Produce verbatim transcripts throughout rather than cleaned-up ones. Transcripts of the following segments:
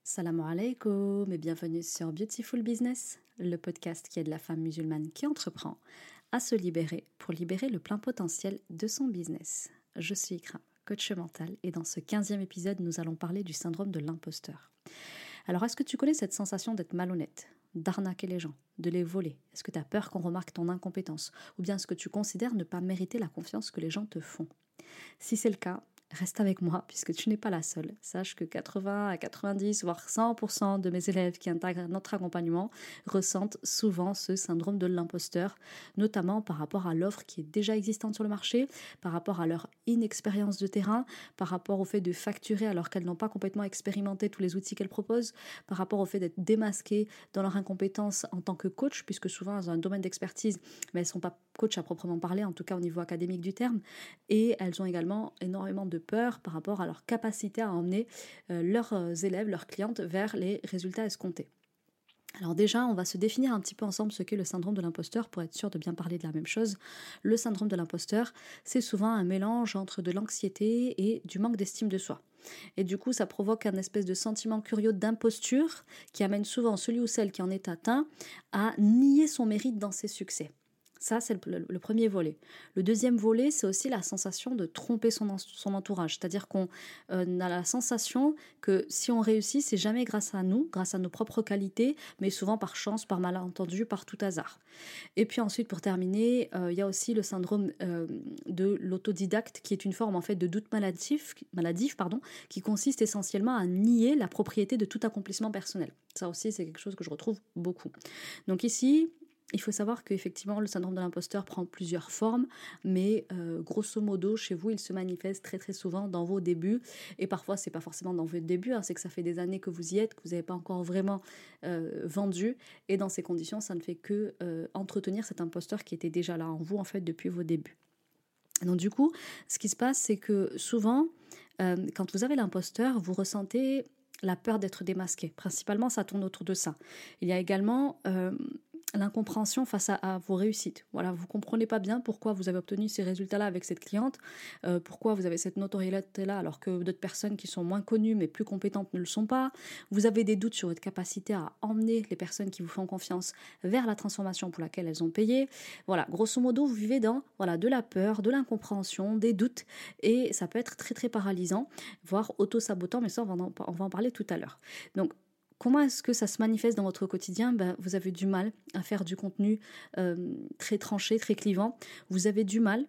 Salam alaikum et bienvenue sur Beautiful Business, le podcast qui aide la femme musulmane qui entreprend à se libérer pour libérer le plein potentiel de son business. Je suis Ikram, coach mental, et dans ce quinzième épisode, nous allons parler du syndrome de l'imposteur. Alors, est-ce que tu connais cette sensation d'être malhonnête, d'arnaquer les gens, de les voler? Est-ce que tu as peur qu'on remarque ton incompétence? Ou bien est-ce que tu considères ne pas mériter la confiance que les gens te font? Si c'est le cas, reste avec moi puisque tu n'es pas la seule. Sache que quatre-vingts à quatre-vingt-dix voire cent pour cent de mes élèves qui intègrent notre accompagnement ressentent souvent ce syndrome de l'imposteur, notamment par rapport à l'offre qui est déjà existante sur le marché, par rapport à leur inexpérience de terrain, par rapport au fait de facturer alors qu'elles n'ont pas complètement expérimenté tous les outils qu'elles proposent, par rapport au fait d'être démasquées dans leur incompétence en tant que coach, puisque souvent elles ont un domaine d'expertise, mais elles ne sont pas coach à proprement parler, en tout cas au niveau académique du terme, et elles ont également énormément de peur par rapport à leur capacité à emmener euh, leurs élèves, leurs clientes vers les résultats escomptés. Alors déjà, on va se définir un petit peu ensemble ce qu'est le syndrome de l'imposteur pour être sûr de bien parler de la même chose. Le syndrome de l'imposteur, c'est souvent un mélange entre de l'anxiété et du manque d'estime de soi. Et du coup, ça provoque un espèce de sentiment curieux d'imposture qui amène souvent celui ou celle qui en est atteint à nier son mérite dans ses succès. Ça, c'est le, le premier volet. Le deuxième volet, c'est aussi la sensation de tromper son, son entourage. C'est-à-dire qu'on euh, a la sensation que si on réussit, c'est jamais grâce à nous, grâce à nos propres qualités, mais souvent par chance, par malentendu, par tout hasard. Et puis ensuite, pour terminer, euh, il y a aussi le syndrome euh, de l'autodidacte, qui est une forme en fait de doute maladif, maladif pardon, qui consiste essentiellement à nier la propriété de tout accomplissement personnel. Ça aussi, c'est quelque chose que je retrouve beaucoup. Donc ici, il faut savoir qu'effectivement, le syndrome de l'imposteur prend plusieurs formes, mais euh, grosso modo, chez vous, il se manifeste très très souvent dans vos débuts. Et parfois, c'est pas forcément dans vos débuts, hein, c'est que ça fait des années que vous y êtes, que vous n'avez pas encore vraiment euh, vendu. Et dans ces conditions, ça ne fait que euh, entretenir cet imposteur qui était déjà là en vous, en fait, depuis vos débuts. Donc du coup, ce qui se passe, c'est que souvent, euh, quand vous avez l'imposteur, vous ressentez la peur d'être démasqué. Principalement, ça tourne autour de ça. Il y a également euh, l'incompréhension face à, à vos réussites. Voilà, vous ne comprenez pas bien pourquoi vous avez obtenu ces résultats-là avec cette cliente, euh, pourquoi vous avez cette notoriété-là alors que d'autres personnes qui sont moins connues mais plus compétentes ne le sont pas. Vous avez des doutes sur votre capacité à emmener les personnes qui vous font confiance vers la transformation pour laquelle elles ont payé. Voilà, grosso modo, vous vivez dans voilà, de la peur, de l'incompréhension, des doutes, et ça peut être très très paralysant, voire auto-sabotant, mais ça on va en, on va en parler tout à l'heure. Donc, comment est-ce que ça se manifeste dans votre quotidien? Ben, vous avez du mal à faire du contenu euh, très tranché, très clivant. Vous avez du mal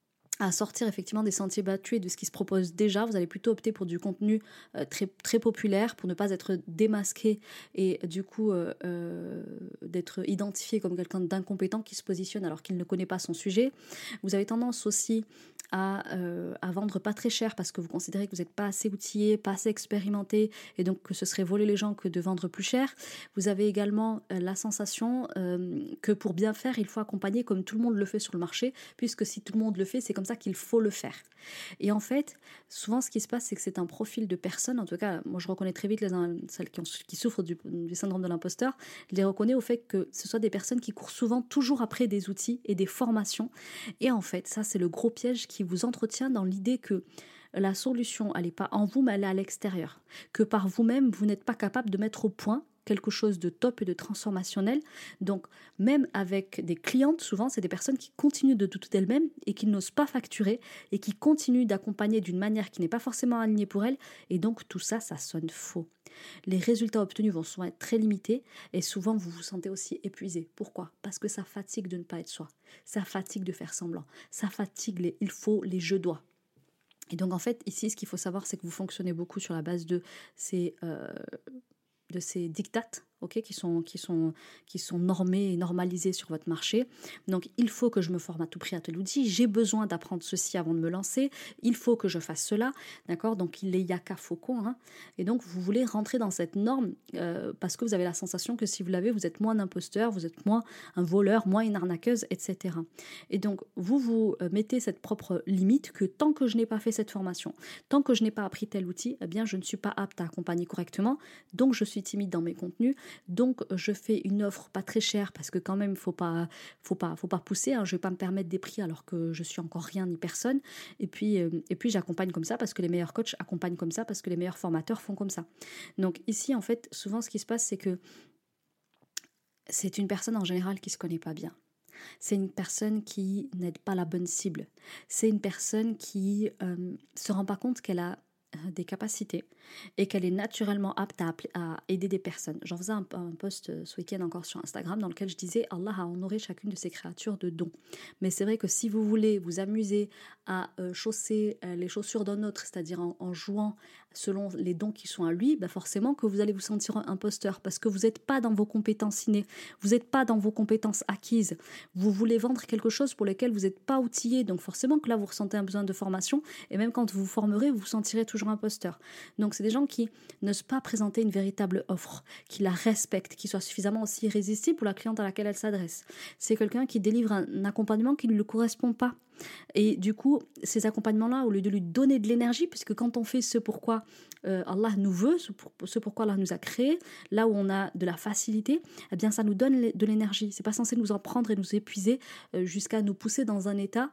à sortir effectivement des sentiers battus et de ce qui se propose déjà. Vous allez plutôt opter pour du contenu euh, très, très populaire pour ne pas être démasqué et du coup euh, euh, d'être identifié comme quelqu'un d'incompétent qui se positionne alors qu'il ne connaît pas son sujet. Vous avez tendance aussi à, euh, à vendre pas très cher parce que vous considérez que vous n'êtes pas assez outillé, pas assez expérimenté et donc que ce serait voler les gens que de vendre plus cher. Vous avez également euh, la sensation euh, que pour bien faire, il faut accompagner comme tout le monde le fait sur le marché, puisque si tout le monde le fait, c'est comme ça qu'il faut le faire. Et en fait, souvent ce qui se passe, c'est que c'est un profil de personnes, en tout cas, moi je reconnais très vite les, celles qui, ont, qui souffrent du, du syndrome de l'imposteur, je les reconnais au fait que ce soit des personnes qui courent souvent toujours après des outils et des formations. Et en fait, ça c'est le gros piège qui vous entretient dans l'idée que la solution, elle n'est pas en vous, mais elle est à l'extérieur. Que par vous-même, vous n'êtes pas capable de mettre au point quelque chose de top et de transformationnel. Donc, même avec des clientes, souvent, c'est des personnes qui continuent de douter d'elles-mêmes et qui n'osent pas facturer et qui continuent d'accompagner d'une manière qui n'est pas forcément alignée pour elles. Et donc, tout ça, ça sonne faux. Les résultats obtenus vont souvent être très limités et souvent, vous vous sentez aussi épuisé. Pourquoi? Parce que ça fatigue de ne pas être soi. Ça fatigue de faire semblant. Ça fatigue les « il faut », les « je dois ». Et donc, en fait, ici, ce qu'il faut savoir, c'est que vous fonctionnez beaucoup sur la base de ces... Euh, de ces dictates, okay, qui sont, qui sont, qui sont normés et normalisés sur votre marché. Donc, il faut que je me forme à tout prix à tel outil. J'ai besoin d'apprendre ceci avant de me lancer. Il faut que je fasse cela. D'accord? Donc, il est yaka faucon. Hein. Et donc, vous voulez rentrer dans cette norme euh, parce que vous avez la sensation que si vous l'avez, vous êtes moins un imposteur, vous êtes moins un voleur, moins une arnaqueuse, et cetera. Et donc, vous vous mettez cette propre limite que tant que je n'ai pas fait cette formation, tant que je n'ai pas appris tel outil, eh bien, je ne suis pas apte à accompagner correctement. Donc, je suis timide dans mes contenus. donc je fais une offre pas très chère parce que quand même, il faut pas, faut pas, faut pas pousser, hein, je vais pas me permettre des prix alors que je suis encore rien ni personne. Et puis, euh, et puis j'accompagne comme ça parce que les meilleurs coachs accompagnent comme ça, parce que les meilleurs formateurs font comme ça. Donc ici, en fait, souvent ce qui se passe, c'est que c'est une personne en général qui se connaît pas bien. C'est une personne qui n'aide pas la bonne cible. C'est une personne qui ne euh, se rend pas compte qu'elle a euh, des capacités et qu'elle est naturellement apte à, à aider des personnes. J'en faisais un, un post ce week-end encore sur Instagram dans lequel je disais Allah a honoré chacune de ses créatures de dons. Mais c'est vrai que si vous voulez vous amuser à euh, chausser euh, les chaussures d'un autre, c'est-à-dire en, en jouant selon les dons qui sont à lui, bah forcément que vous allez vous sentir imposteur parce que vous n'êtes pas dans vos compétences innées, vous n'êtes pas dans vos compétences acquises. Vous voulez vendre quelque chose pour lequel vous n'êtes pas outillé, donc forcément que là vous ressentez un besoin de formation et même quand vous vous formerez, vous vous sentirez toujours imposteur. Donc c'est des gens qui n'osent pas présenter une véritable offre, qui la respectent, qui soit suffisamment aussi irrésistible pour la cliente à laquelle elle s'adresse. C'est quelqu'un qui délivre un accompagnement qui ne lui correspond pas. Et du coup, ces accompagnements-là, au lieu de lui donner de l'énergie, puisque quand on fait ce pourquoi euh, Allah nous veut, ce, pour, ce pourquoi Allah nous a créé, là où on a de la facilité, eh bien ça nous donne de l'énergie. C'est pas censé nous en prendre et nous épuiser euh, jusqu'à nous pousser dans un état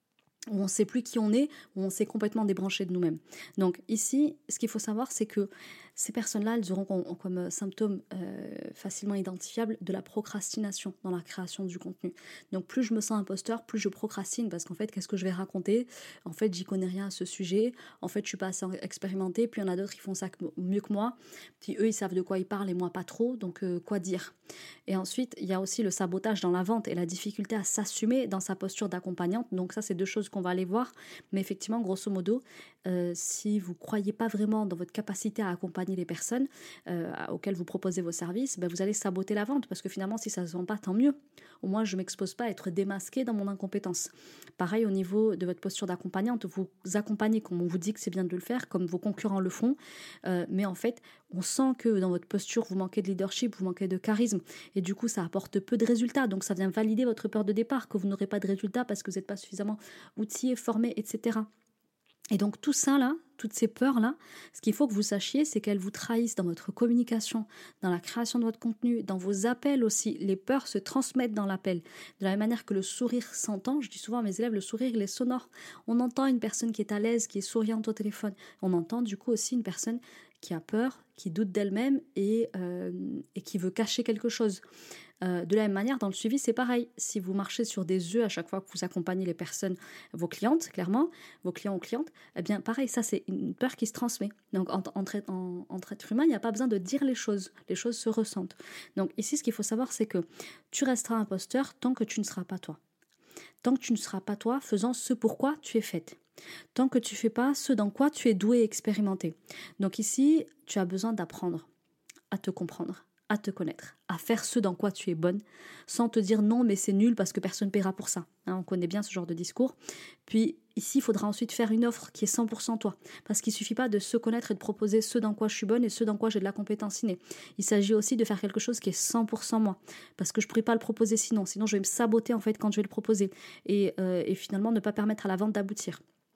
où on ne sait plus qui on est, où on s'est complètement débranché de nous-mêmes. Donc ici, ce qu'il faut savoir, c'est que ces personnes-là, elles auront comme, comme symptôme euh, facilement identifiable de la procrastination dans la création du contenu. Donc plus je me sens imposteur, plus je procrastine, parce qu'en fait, qu'est-ce que je vais raconter ? En fait, j'y connais rien à ce sujet, en fait, je suis pas assez expérimentée, puis il y en a d'autres qui font ça mieux que moi, puis eux, ils savent de quoi ils parlent et moi pas trop, donc euh, quoi dire ? Et ensuite, il y a aussi le sabotage dans la vente et la difficulté à s'assumer dans sa posture d'accompagnante. Donc ça, c'est deux choses qu'on va aller voir. Mais effectivement, grosso modo, euh, si vous ne croyez pas vraiment dans votre capacité à accompagner les personnes euh, auxquelles vous proposez vos services, ben vous allez saboter la vente. Parce que finalement, si ça ne se vend pas, tant mieux. Au moins, je ne m'expose pas à être démasquée dans mon incompétence. Pareil, au niveau de votre posture d'accompagnante, vous accompagnez comme on vous dit que c'est bien de le faire, comme vos concurrents le font. Euh, mais en fait, on sent que dans votre posture, vous manquez de leadership, vous manquez de charisme. Et du coup, ça apporte peu de résultats. Donc, ça vient valider votre peur de départ, que vous n'aurez pas de résultats parce que vous n'êtes pas suffisamment outillé, formé, et cetera. Et donc, tout ça, là, toutes ces peurs-là, ce qu'il faut que vous sachiez, c'est qu'elles vous trahissent dans votre communication, dans la création de votre contenu, dans vos appels aussi. Les peurs se transmettent dans l'appel. De la même manière que le sourire s'entend, je dis souvent à mes élèves, le sourire, il est sonore. On entend une personne qui est à l'aise, qui est souriante au téléphone. On entend du coup aussi une personne qui a peur, qui doute d'elle-même et, euh, et qui veut cacher quelque chose. Euh, de la même manière, dans le suivi, c'est pareil. Si vous marchez sur des œufs à chaque fois que vous accompagnez les personnes, vos clientes, clairement, vos clients ou clientes, eh bien, pareil, ça, c'est une peur qui se transmet. Donc, entre en, en, en être humain, il n'y a pas besoin de dire les choses. Les choses se ressentent. Donc, ici, ce qu'il faut savoir, c'est que tu resteras imposteur tant que tu ne seras pas toi. Tant que tu ne seras pas toi, faisant ce pourquoi tu es faite. Tant que tu ne fais pas ce dans quoi tu es doué et expérimenté. Donc ici, tu as besoin d'apprendre à te comprendre, à te connaître, à faire ce dans quoi tu es bonne, sans te dire non mais c'est nul parce que personne ne paiera pour ça. Hein, on connaît bien ce genre de discours. Puis ici, il faudra ensuite faire une offre qui est cent pour cent toi. Parce qu'il ne suffit pas de se connaître et de proposer ce dans quoi je suis bonne et ce dans quoi j'ai de la compétence innée. Il s'agit aussi de faire quelque chose qui est cent pour cent moi. Parce que je ne pourrais pas le proposer sinon. Sinon, je vais me saboter en fait quand je vais le proposer. Et, euh, et finalement, ne pas permettre à la vente d'aboutir.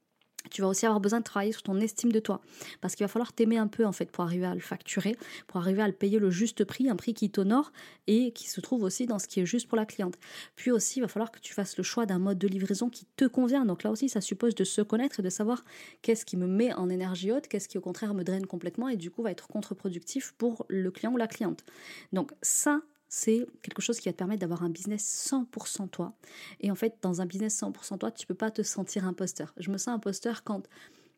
Tu vas aussi avoir besoin de travailler sur ton estime de toi. Parce qu'il va falloir t'aimer un peu en fait pour arriver à le facturer, pour arriver à le payer le juste prix, un prix qui t'honore et qui se trouve aussi dans ce qui est juste pour la cliente. Puis aussi, il va falloir que tu fasses le choix d'un mode de livraison qui te convient. Donc là aussi, ça suppose de se connaître et de savoir qu'est-ce qui me met en énergie haute, qu'est-ce qui au contraire me draine complètement et du coup va être contre-productif pour le client ou la cliente. Donc ça, c'est quelque chose qui va te permettre d'avoir un business cent pour cent toi. Et en fait, dans un business cent pour cent toi, tu ne peux pas te sentir imposteur. Je me sens imposteur quand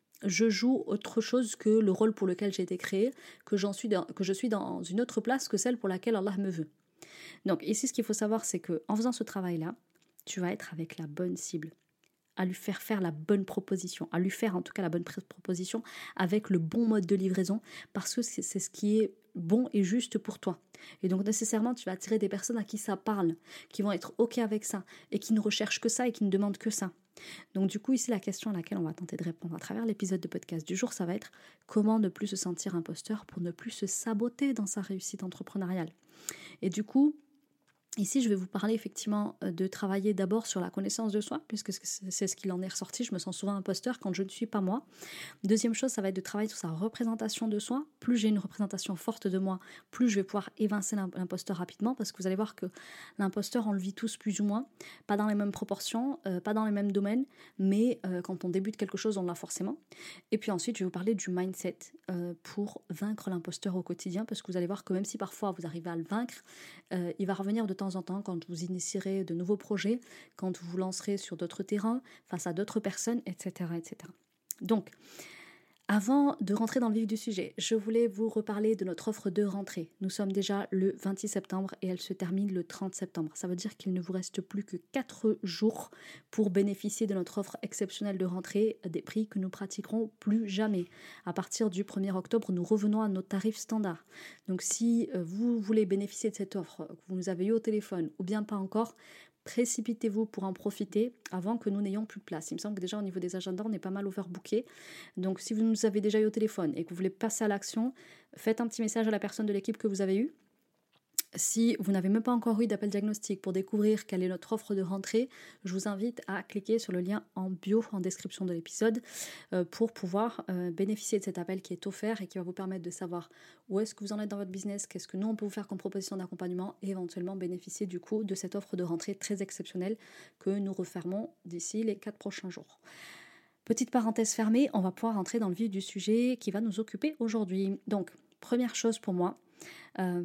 je joue autre chose que le rôle pour lequel j'ai été créée, que, j'en suis dans, que je suis dans une autre place que celle pour laquelle Allah me veut. Donc ici, ce qu'il faut savoir, c'est qu'en faisant ce travail-là, tu vas être avec la bonne cible, à lui faire faire la bonne proposition, à lui faire en tout cas la bonne proposition avec le bon mode de livraison, parce que c'est, c'est ce qui est bon et juste pour toi. Et donc nécessairement, tu vas attirer des personnes à qui ça parle, qui vont être OK avec ça, et qui ne recherchent que ça et qui ne demandent que ça. Donc du coup, ici, la question à laquelle on va tenter de répondre à travers l'épisode de podcast du jour, ça va être comment ne plus se sentir imposteur pour ne plus se saboter dans sa réussite entrepreneuriale. Et du coup, Ici, je vais vous parler effectivement de travailler d'abord sur la connaissance de soi, puisque c'est ce qu'il en est ressorti. Je me sens souvent imposteur quand je ne suis pas moi. Deuxième chose, ça va être de travailler sur sa représentation de soi. Plus j'ai une représentation forte de moi, plus je vais pouvoir évincer l'imposteur rapidement, parce que vous allez voir que l'imposteur, on le vit tous plus ou moins, pas dans les mêmes proportions, euh, pas dans les mêmes domaines, mais euh, quand on débute quelque chose, on l'a forcément. Et puis ensuite, je vais vous parler du mindset euh, pour vaincre l'imposteur au quotidien, parce que vous allez voir que même si parfois vous arrivez à le vaincre, euh, il va revenir de temps en temps quand vous initierez de nouveaux projets, quand vous vous lancerez sur d'autres terrains, face à d'autres personnes, et cetera, et cetera. Donc, avant de rentrer dans le vif du sujet, je voulais vous reparler de notre offre de rentrée. Nous sommes déjà le vingt-six septembre et elle se termine le trente septembre. Ça veut dire qu'il ne vous reste plus que quatre jours pour bénéficier de notre offre exceptionnelle de rentrée, des prix que nous pratiquerons plus jamais. À partir du premier octobre, nous revenons à nos tarifs standards. Donc si vous voulez bénéficier de cette offre, que vous nous avez eu au téléphone ou bien pas encore, précipitez-vous pour en profiter avant que nous n'ayons plus de place. Il me semble que déjà au niveau des agendas, on est pas mal overbooké. Donc si vous nous avez déjà eu au téléphone et que vous voulez passer à l'action, faites un petit message à la personne de l'équipe que vous avez eue. Si vous n'avez même pas encore eu d'appel diagnostic pour découvrir quelle est notre offre de rentrée, je vous invite à cliquer sur le lien en bio en description de l'épisode euh, pour pouvoir euh, bénéficier de cet appel qui est offert et qui va vous permettre de savoir où est-ce que vous en êtes dans votre business, qu'est-ce que nous on peut vous faire comme proposition d'accompagnement et éventuellement bénéficier du coup de cette offre de rentrée très exceptionnelle que nous refermons d'ici les quatre prochains jours. Petite parenthèse fermée, on va pouvoir rentrer dans le vif du sujet qui va nous occuper aujourd'hui. Donc, première chose pour moi, euh,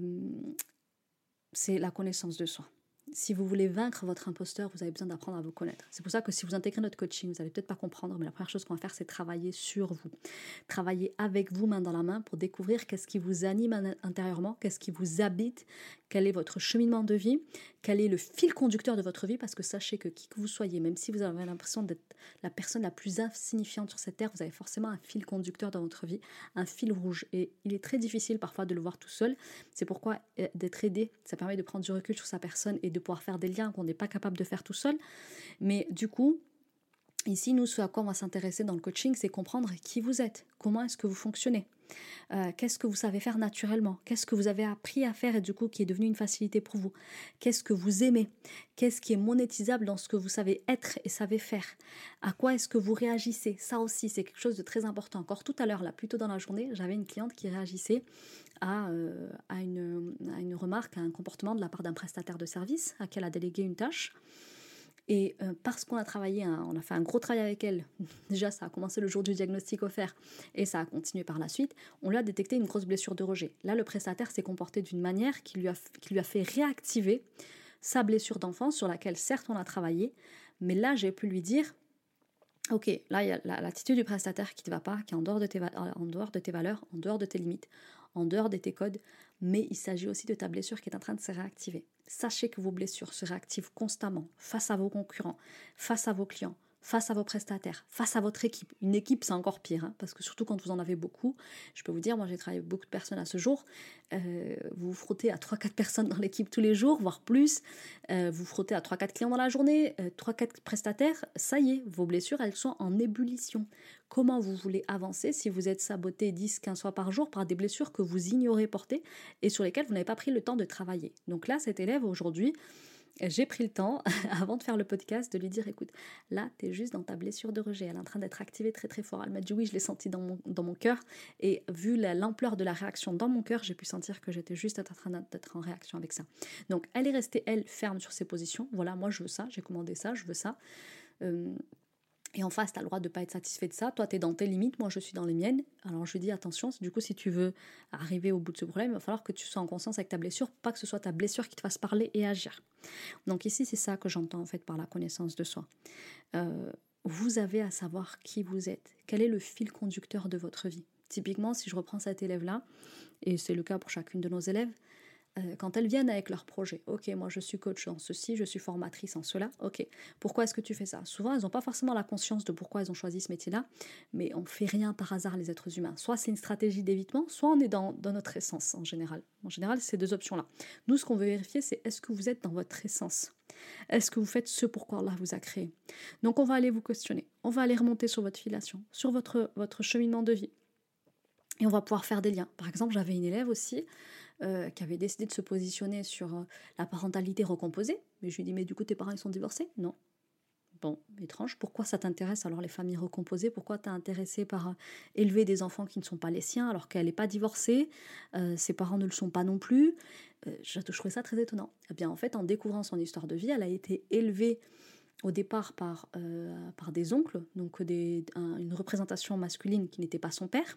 c'est la connaissance de soi. Si vous voulez vaincre votre imposteur, vous avez besoin d'apprendre à vous connaître. C'est pour ça que si vous intégrez notre coaching, vous n'allez peut-être pas comprendre, mais la première chose qu'on va faire, c'est travailler sur vous. Travailler avec vous, main dans la main, pour découvrir qu'est-ce qui vous anime intérieurement, qu'est-ce qui vous habite, quel est votre cheminement de vie, quel est le fil conducteur de votre vie, parce que sachez que qui que vous soyez, même si vous avez l'impression d'être la personne la plus insignifiante sur cette terre, vous avez forcément un fil conducteur dans votre vie, un fil rouge. Et il est très difficile parfois de le voir tout seul. C'est pourquoi d'être aidé, ça permet de prendre du recul sur sa personne et de pouvoir faire des liens qu'on n'est pas capable de faire tout seul. Mais du coup, ici, nous, ce à quoi on va s'intéresser dans le coaching, c'est comprendre qui vous êtes, comment est-ce que vous fonctionnez, euh, qu'est-ce que vous savez faire naturellement, qu'est-ce que vous avez appris à faire et du coup qui est devenu une facilité pour vous, qu'est-ce que vous aimez, qu'est-ce qui est monétisable dans ce que vous savez être et savez faire, à quoi est-ce que vous réagissez. Ça aussi, c'est quelque chose de très important. Encore tout à l'heure, là, plus tôt dans la journée, j'avais une cliente qui réagissait à, euh, à, une, à une remarque, à un comportement de la part d'un prestataire de service à qui elle a délégué une tâche. Et euh, parce qu'on a travaillé, un, on a fait un gros travail avec elle, déjà ça a commencé le jour du diagnostic offert et ça a continué par la suite, on lui a détecté une grosse blessure de rejet. Là, le prestataire s'est comporté d'une manière qui lui a, qui lui a fait réactiver sa blessure d'enfance sur laquelle certes on a travaillé, mais là j'ai pu lui dire, ok, là il y a l'attitude du prestataire qui ne te va pas, qui est en dehors de tes, en dehors de tes valeurs, en dehors de tes limites, en dehors de tes codes, mais il s'agit aussi de ta blessure qui est en train de se réactiver. Sachez que vos blessures se réactivent constamment face à vos concurrents, face à vos clients, face à vos prestataires, face à votre équipe. Une équipe, c'est encore pire, hein, parce que surtout quand vous en avez beaucoup, je peux vous dire, moi j'ai travaillé avec beaucoup de personnes à ce jour, euh, vous vous frottez à trois quatre personnes dans l'équipe tous les jours, voire plus, euh, vous frottez à trois quatre clients dans la journée, euh, trois quatre prestataires, ça y est, vos blessures, elles sont en ébullition. Comment vous voulez avancer si vous êtes saboté dix quinze fois par jour par des blessures que vous ignorez porter et sur lesquelles vous n'avez pas pris le temps de travailler. Donc là, cet élève aujourd'hui, j'ai pris le temps, avant de faire le podcast, de lui dire, écoute, là, t'es juste dans ta blessure de rejet. Elle est en train d'être activée très très fort. Elle m'a dit oui, je l'ai senti dans mon, dans mon cœur. Et vu la, l'ampleur de la réaction dans mon cœur, j'ai pu sentir que j'étais juste en train d'être en réaction avec ça. Donc, elle est restée, elle, ferme sur ses positions. Voilà, moi, je veux ça, j'ai commandé ça, je veux ça. Euh, Et en face, tu as le droit de ne pas être satisfait de ça. Toi, tu es dans tes limites, moi, je suis dans les miennes. Alors, je lui dis, attention, du coup, si tu veux arriver au bout de ce problème, il va falloir que tu sois en conscience avec ta blessure, pas que ce soit ta blessure qui te fasse parler et agir. Donc ici, c'est ça que j'entends, en fait, par la connaissance de soi. Euh, vous avez à savoir qui vous êtes. Quel est le fil conducteur de votre vie ? Typiquement, si je reprends cet élève-là, et c'est le cas pour chacune de nos élèves, quand elles viennent avec leur projet, ok, moi je suis coach en ceci, je suis formatrice en cela, ok, pourquoi est-ce que tu fais ça ? Souvent, elles n'ont pas forcément la conscience de pourquoi elles ont choisi ce métier-là, mais on ne fait rien par hasard, les êtres humains. Soit c'est une stratégie d'évitement, soit on est dans, dans notre essence en général. En général, c'est ces deux options-là. Nous, ce qu'on veut vérifier, c'est est-ce que vous êtes dans votre essence ? Est-ce que vous faites ce pourquoi Allah vous a créé ? Donc, on va aller vous questionner, on va aller remonter sur votre filiation, sur votre, votre cheminement de vie. Et on va pouvoir faire des liens. Par exemple, j'avais une élève aussi euh, qui avait décidé de se positionner sur euh, la parentalité recomposée. Mais je lui ai dit, mais du coup, tes parents, ils sont divorcés? Non. Bon, étrange. Pourquoi ça t'intéresse alors les familles recomposées? Pourquoi t'es intéressée par euh, élever des enfants qui ne sont pas les siens alors qu'elle n'est pas divorcée? euh, Ses parents ne le sont pas non plus. euh, Je trouvais ça très étonnant. Eh bien, en fait, en découvrant son histoire de vie, elle a été élevée au départ par, euh, par des oncles, donc des, un, une représentation masculine qui n'était pas son père.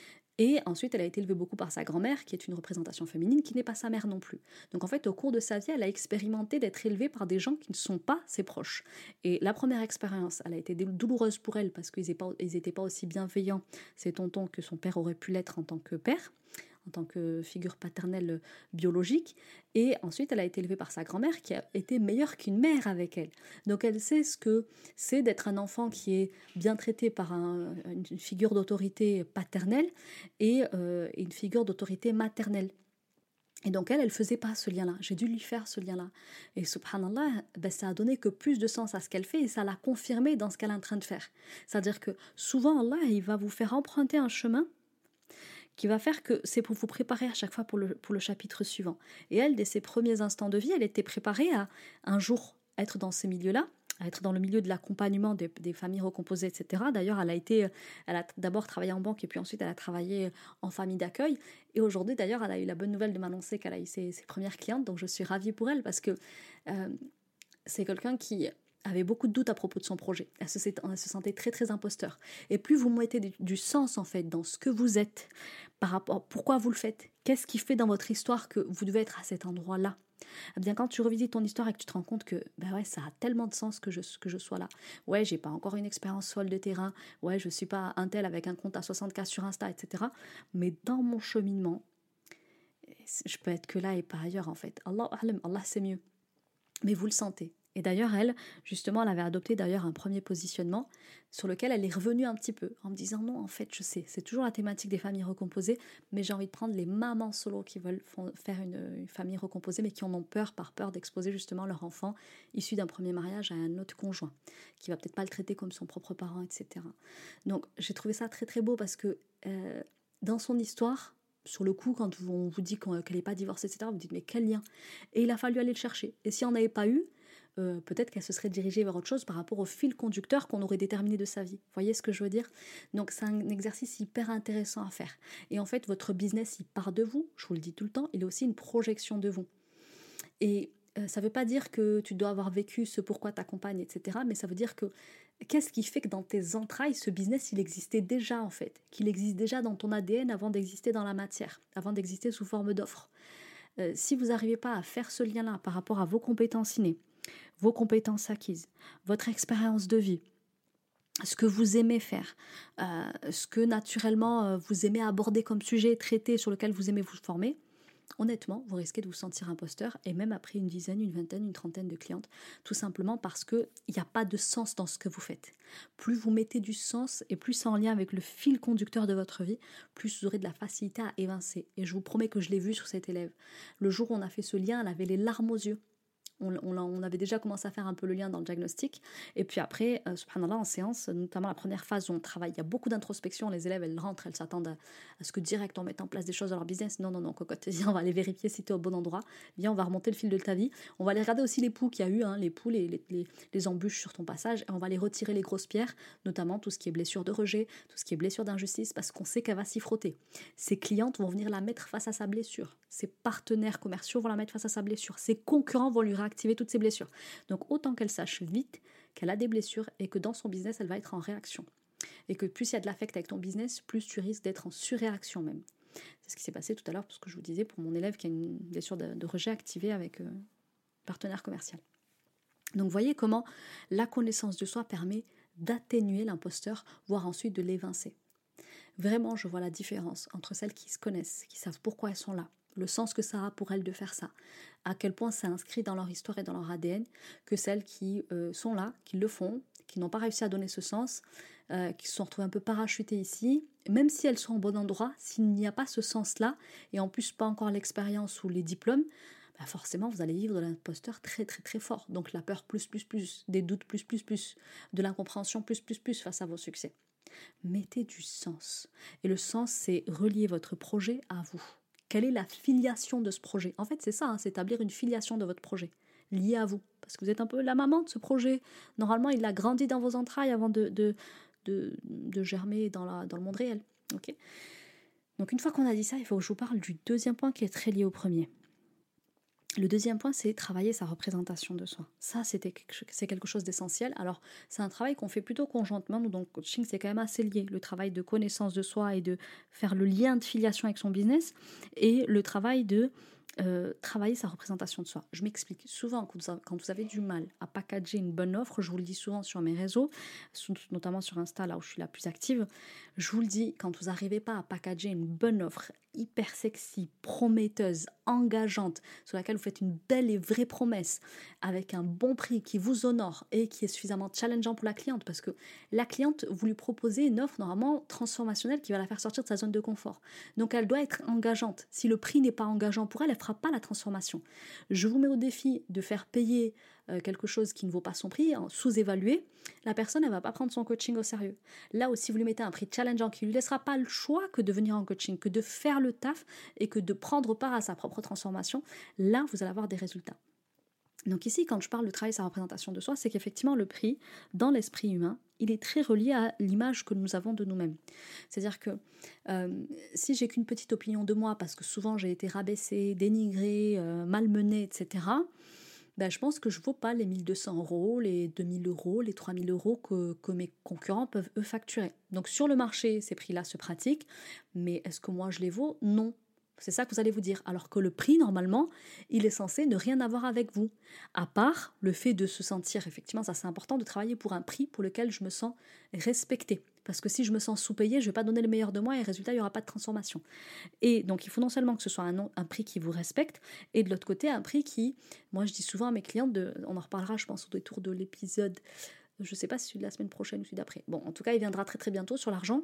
Et ensuite, elle a été élevée beaucoup par sa grand-mère, qui est une représentation féminine, qui n'est pas sa mère non plus. Donc en fait, au cours de sa vie, elle a expérimenté d'être élevée par des gens qui ne sont pas ses proches. Et la première expérience, elle a été douloureuse pour elle, parce qu'ils n'étaient pas aussi bienveillants, ses tontons, que son père aurait pu l'être en tant que père, en tant que figure paternelle biologique. Et ensuite, elle a été élevée par sa grand-mère qui a été meilleure qu'une mère avec elle. Donc elle sait ce que c'est d'être un enfant qui est bien traité par un, une figure d'autorité paternelle et euh, une figure d'autorité maternelle. Et donc elle, elle faisait pas ce lien-là. J'ai dû lui faire ce lien-là. Et subhanallah, ben, ça a donné que plus de sens à ce qu'elle fait et ça l'a confirmé dans ce qu'elle est en train de faire. C'est-à-dire que souvent, Allah, il va vous faire emprunter un chemin qui va faire que c'est pour vous préparer à chaque fois pour le, pour le chapitre suivant. Et elle, dès ses premiers instants de vie, elle était préparée à un jour être dans ces milieux-là, à être dans le milieu de l'accompagnement des, des familles recomposées, et cetera. D'ailleurs, elle a été, elle a d'abord travaillé en banque et puis ensuite elle a travaillé en famille d'accueil. Et aujourd'hui, d'ailleurs, elle a eu la bonne nouvelle de m'annoncer qu'elle a eu ses, ses premières clientes. Donc, je suis ravie pour elle parce que euh, c'est quelqu'un qui avait beaucoup de doutes à propos de son projet. Elle se, elle se sentait très très imposteur. Et plus vous mettez du, du sens en fait dans ce que vous êtes, par rapport pourquoi vous le faites, qu'est-ce qui fait dans votre histoire que vous devez être à cet endroit-là. Eh bien, quand tu revisites ton histoire et que tu te rends compte que ben ouais, ça a tellement de sens que je, que je sois là. Ouais, j'ai pas encore une expérience folle de terrain. Ouais, je suis pas un tel avec un compte à soixante K sur Insta, et cetera. Mais dans mon cheminement, je peux être que là et pas ailleurs en fait. Allah, Allah c'est mieux. Mais vous le sentez. Et d'ailleurs, elle, justement, elle avait adopté d'ailleurs un premier positionnement sur lequel elle est revenue un petit peu, en me disant non, en fait, je sais, c'est toujours la thématique des familles recomposées, mais j'ai envie de prendre les mamans solo qui veulent faire une, une famille recomposée, mais qui en ont peur, par peur d'exposer justement leur enfant issu d'un premier mariage à un autre conjoint, qui va peut-être pas le traiter comme son propre parent, et cetera. Donc, j'ai trouvé ça très très beau parce que euh, dans son histoire, sur le coup, quand on vous dit qu'elle n'est pas divorcée, et cetera, vous dites mais quel lien? Et il a fallu aller le chercher. Et si on n'avait pas eu, euh, peut-être qu'elle se serait dirigée vers autre chose par rapport au fil conducteur qu'on aurait déterminé de sa vie. Vous voyez ce que je veux dire? Donc c'est un exercice hyper intéressant à faire. Et en fait, votre business, il part de vous, je vous le dis tout le temps, il est aussi une projection de vous. Et euh, ça ne veut pas dire que tu dois avoir vécu ce pourquoi t'accompagnes, et cetera, mais ça veut dire que qu'est-ce qui fait que dans tes entrailles, ce business, il existait déjà en fait, qu'il existe déjà dans ton A D N avant d'exister dans la matière, avant d'exister sous forme d'offre. Euh, si vous n'arrivez pas à faire ce lien-là par rapport à vos compétences innées, vos compétences acquises, votre expérience de vie, ce que vous aimez faire, euh, ce que naturellement euh, vous aimez aborder comme sujet, traiter, sur lequel vous aimez vous former, honnêtement, vous risquez de vous sentir imposteur, et même après une dizaine, une vingtaine, une trentaine de clientes, tout simplement parce qu'il n'y a pas de sens dans ce que vous faites. Plus vous mettez du sens et plus c'est en lien avec le fil conducteur de votre vie, plus vous aurez de la facilité à évincer. Et je vous promets que je l'ai vu sur cette élève. Le jour où on a fait ce lien, elle avait les larmes aux yeux. On, on, on avait déjà commencé à faire un peu le lien dans le diagnostic. Et puis après, euh, subhanallah, en séance, notamment la première phase où on travaille, il y a beaucoup d'introspection. Les élèves, elles rentrent, elles s'attendent à, à ce que direct on mette en place des choses dans leur business. Non, non, non, cocotte, viens, on va aller vérifier si tu es au bon endroit. Viens, on va remonter le fil de ta vie. On va aller regarder aussi les poux qu'il y a eu, hein, les poux, les, les, les, les embûches sur ton passage. Et on va aller retirer les grosses pierres, notamment tout ce qui est blessure de rejet, tout ce qui est blessure d'injustice, parce qu'on sait qu'elle va s'y frotter. Ses clientes vont venir la mettre face à sa blessure. Ses partenaires commerciaux vont la mettre face à sa blessure. Ses concurrents vont lui activer toutes ses blessures. Donc autant qu'elle sache vite qu'elle a des blessures et que dans son business, elle va être en réaction. Et que plus il y a de l'affect avec ton business, plus tu risques d'être en surréaction même. C'est ce qui s'est passé tout à l'heure, pour ce que je vous disais, pour mon élève qui a une blessure de, de rejet activée avec euh, partenaire commercial. Donc voyez comment la connaissance de soi permet d'atténuer l'imposteur, voire ensuite de l'évincer. Vraiment, je vois la différence entre celles qui se connaissent, qui savent pourquoi elles sont là, le sens que ça a pour elles de faire ça, à quel point c'est inscrit dans leur histoire et dans leur A D N, que celles qui euh, sont là, qui le font, qui n'ont pas réussi à donner ce sens, euh, qui se sont retrouvées un peu parachutées ici, même si elles sont au bon endroit, s'il n'y a pas ce sens-là, et en plus pas encore l'expérience ou les diplômes, bah forcément vous allez vivre de l'imposteur très très très fort. Donc la peur plus plus plus, des doutes plus plus plus, de l'incompréhension plus plus plus face à vos succès. Mettez du sens. Et le sens, c'est relier votre projet à vous. Quelle est la filiation de ce projet? En fait, c'est ça, hein, c'est établir une filiation de votre projet, liée à vous. Parce que vous êtes un peu la maman de ce projet. Normalement, il a grandi dans vos entrailles avant de, de, de, de germer dans, la, dans le monde réel. Okay. Donc une fois qu'on a dit ça, il faut que je vous parle du deuxième point qui est très lié au premier. Le deuxième point, c'est travailler sa représentation de soi. Ça, c'était, c'est quelque chose d'essentiel. Alors, c'est un travail qu'on fait plutôt conjointement. Nous, donc, coaching, c'est quand même assez lié. Le travail de connaissance de soi et de faire le lien de filiation avec son business et le travail de euh, travailler sa représentation de soi. Je m'explique. Souvent, quand vous, avez, quand vous avez du mal à packager une bonne offre, je vous le dis souvent sur mes réseaux, notamment sur Insta, là où je suis la plus active, je vous le dis, quand vous n'arrivez pas à packager une bonne offre hyper sexy, prometteuse, engageante, sur laquelle vous faites une belle et vraie promesse, avec un bon prix qui vous honore et qui est suffisamment challengeant pour la cliente, parce que la cliente, vous lui proposez une offre normalement transformationnelle qui va la faire sortir de sa zone de confort. Donc elle doit être engageante. Si le prix n'est pas engageant pour elle, elle ne fera pas la transformation. Je vous mets au défi de faire payer euh, quelque chose qui ne vaut pas son prix, hein, sous-évalué. La personne, elle ne va pas prendre son coaching au sérieux. Là où si vous lui mettez un prix challengeant qui ne lui laissera pas le choix que de venir en coaching, que de faire le taf et que de prendre part à sa propre transformation, là, vous allez avoir des résultats. Donc ici, quand je parle de travailler sa représentation de soi, c'est qu'effectivement, le prix, dans l'esprit humain, il est très relié à l'image que nous avons de nous-mêmes. C'est-à-dire que euh, si j'ai qu'une petite opinion de moi, parce que souvent j'ai été rabaissée, dénigrée, euh, malmenée, et cetera, ben, je pense que je ne vaux pas les mille deux cents euros, les deux mille euros, les trois mille euros que, que mes concurrents peuvent eux facturer. Donc sur le marché, ces prix-là se pratiquent, mais est-ce que moi je les vaux? Non. C'est ça que vous allez vous dire. Alors que le prix, normalement, il est censé ne rien avoir avec vous. À part le fait de se sentir, effectivement, ça c'est important, de travailler pour un prix pour lequel je me sens respectée. Parce que si je me sens sous-payée, je ne vais pas donner le meilleur de moi et résultat, il n'y aura pas de transformation. Et donc, il faut non seulement que ce soit un, un prix qui vous respecte, et de l'autre côté, un prix qui, moi je dis souvent à mes clientes, de, on en reparlera je pense au détour de l'épisode, je ne sais pas si celui de la semaine prochaine ou celui d'après. Bon, en tout cas, il viendra très très bientôt sur l'argent.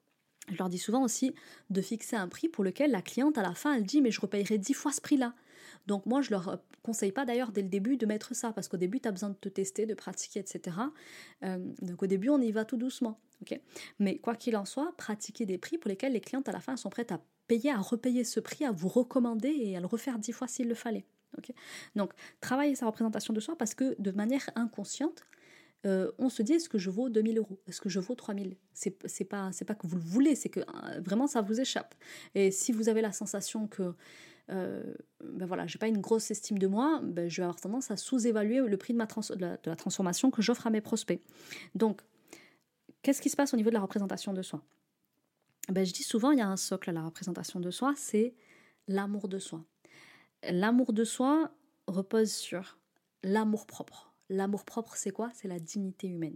Je leur dis souvent aussi de fixer un prix pour lequel la cliente, à la fin, elle dit « mais je repayerai dix fois ce prix-là ». Donc moi, je ne leur conseille pas d'ailleurs dès le début de mettre ça, parce qu'au début, tu as besoin de te tester, de pratiquer, et cetera. Euh, donc au début, on y va tout doucement. Okay, mais quoi qu'il en soit, pratiquez des prix pour lesquels les clientes, à la fin, sont prêtes à payer, à repayer ce prix, à vous recommander et à le refaire dix fois s'il le fallait. Okay, donc, travailler sa représentation de soi, parce que de manière inconsciente, Euh, on se dit, est-ce que je vaux deux mille euros? Est-ce que je vaux trois mille? C'est, c'est pas, c'est pas que vous le voulez, c'est que euh, vraiment ça vous échappe. Et si vous avez la sensation que euh, ben voilà, j'ai pas une grosse estime de moi, ben je vais avoir tendance à sous-évaluer le prix de, ma trans- de, la, de la transformation que j'offre à mes prospects. Donc, qu'est-ce qui se passe au niveau de la représentation de soi? Ben, je dis souvent, il y a un socle à la représentation de soi, c'est l'amour de soi. L'amour de soi repose sur l'amour propre. L'amour propre, c'est quoi? C'est la dignité humaine.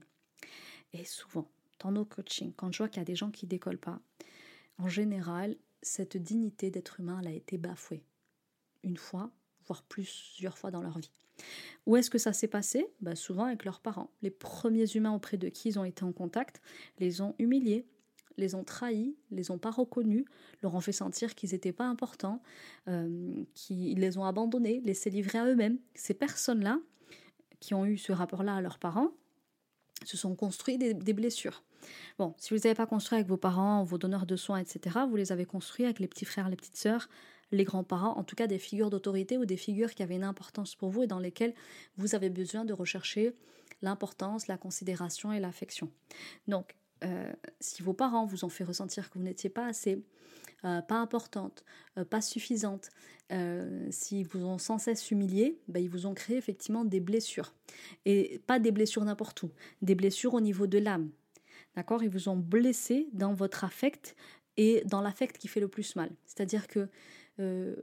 Et souvent, dans nos coachings, quand je vois qu'il y a des gens qui ne décollent pas, en général, cette dignité d'être humain, elle a été bafouée. Une fois, voire plusieurs fois dans leur vie. Où est-ce que ça s'est passé? Ben, souvent avec leurs parents. Les premiers humains auprès de qui ils ont été en contact les ont humiliés, les ont trahis, les ont pas reconnus, leur ont fait sentir qu'ils n'étaient pas importants, euh, qu'ils les ont abandonnés, laissés livrer à eux-mêmes. Ces personnes-là, qui ont eu ce rapport-là à leurs parents, se sont construits des, des blessures. Bon, si vous ne les avez pas construits avec vos parents, vos donneurs de soins, et cetera, vous les avez construits avec les petits frères, les petites sœurs, les grands-parents, en tout cas des figures d'autorité ou des figures qui avaient une importance pour vous et dans lesquelles vous avez besoin de rechercher l'importance, la considération et l'affection. Donc, euh, si vos parents vous ont fait ressentir que vous n'étiez pas assez, euh, pas importante, euh, pas suffisante, euh, s'ils vous ont sans cesse humilié, ben, ils vous ont créé effectivement des blessures. Et pas des blessures n'importe où, des blessures au niveau de l'âme. D'accord? Ils vous ont blessé dans votre affect et dans l'affect qui fait le plus mal. C'est-à-dire que euh,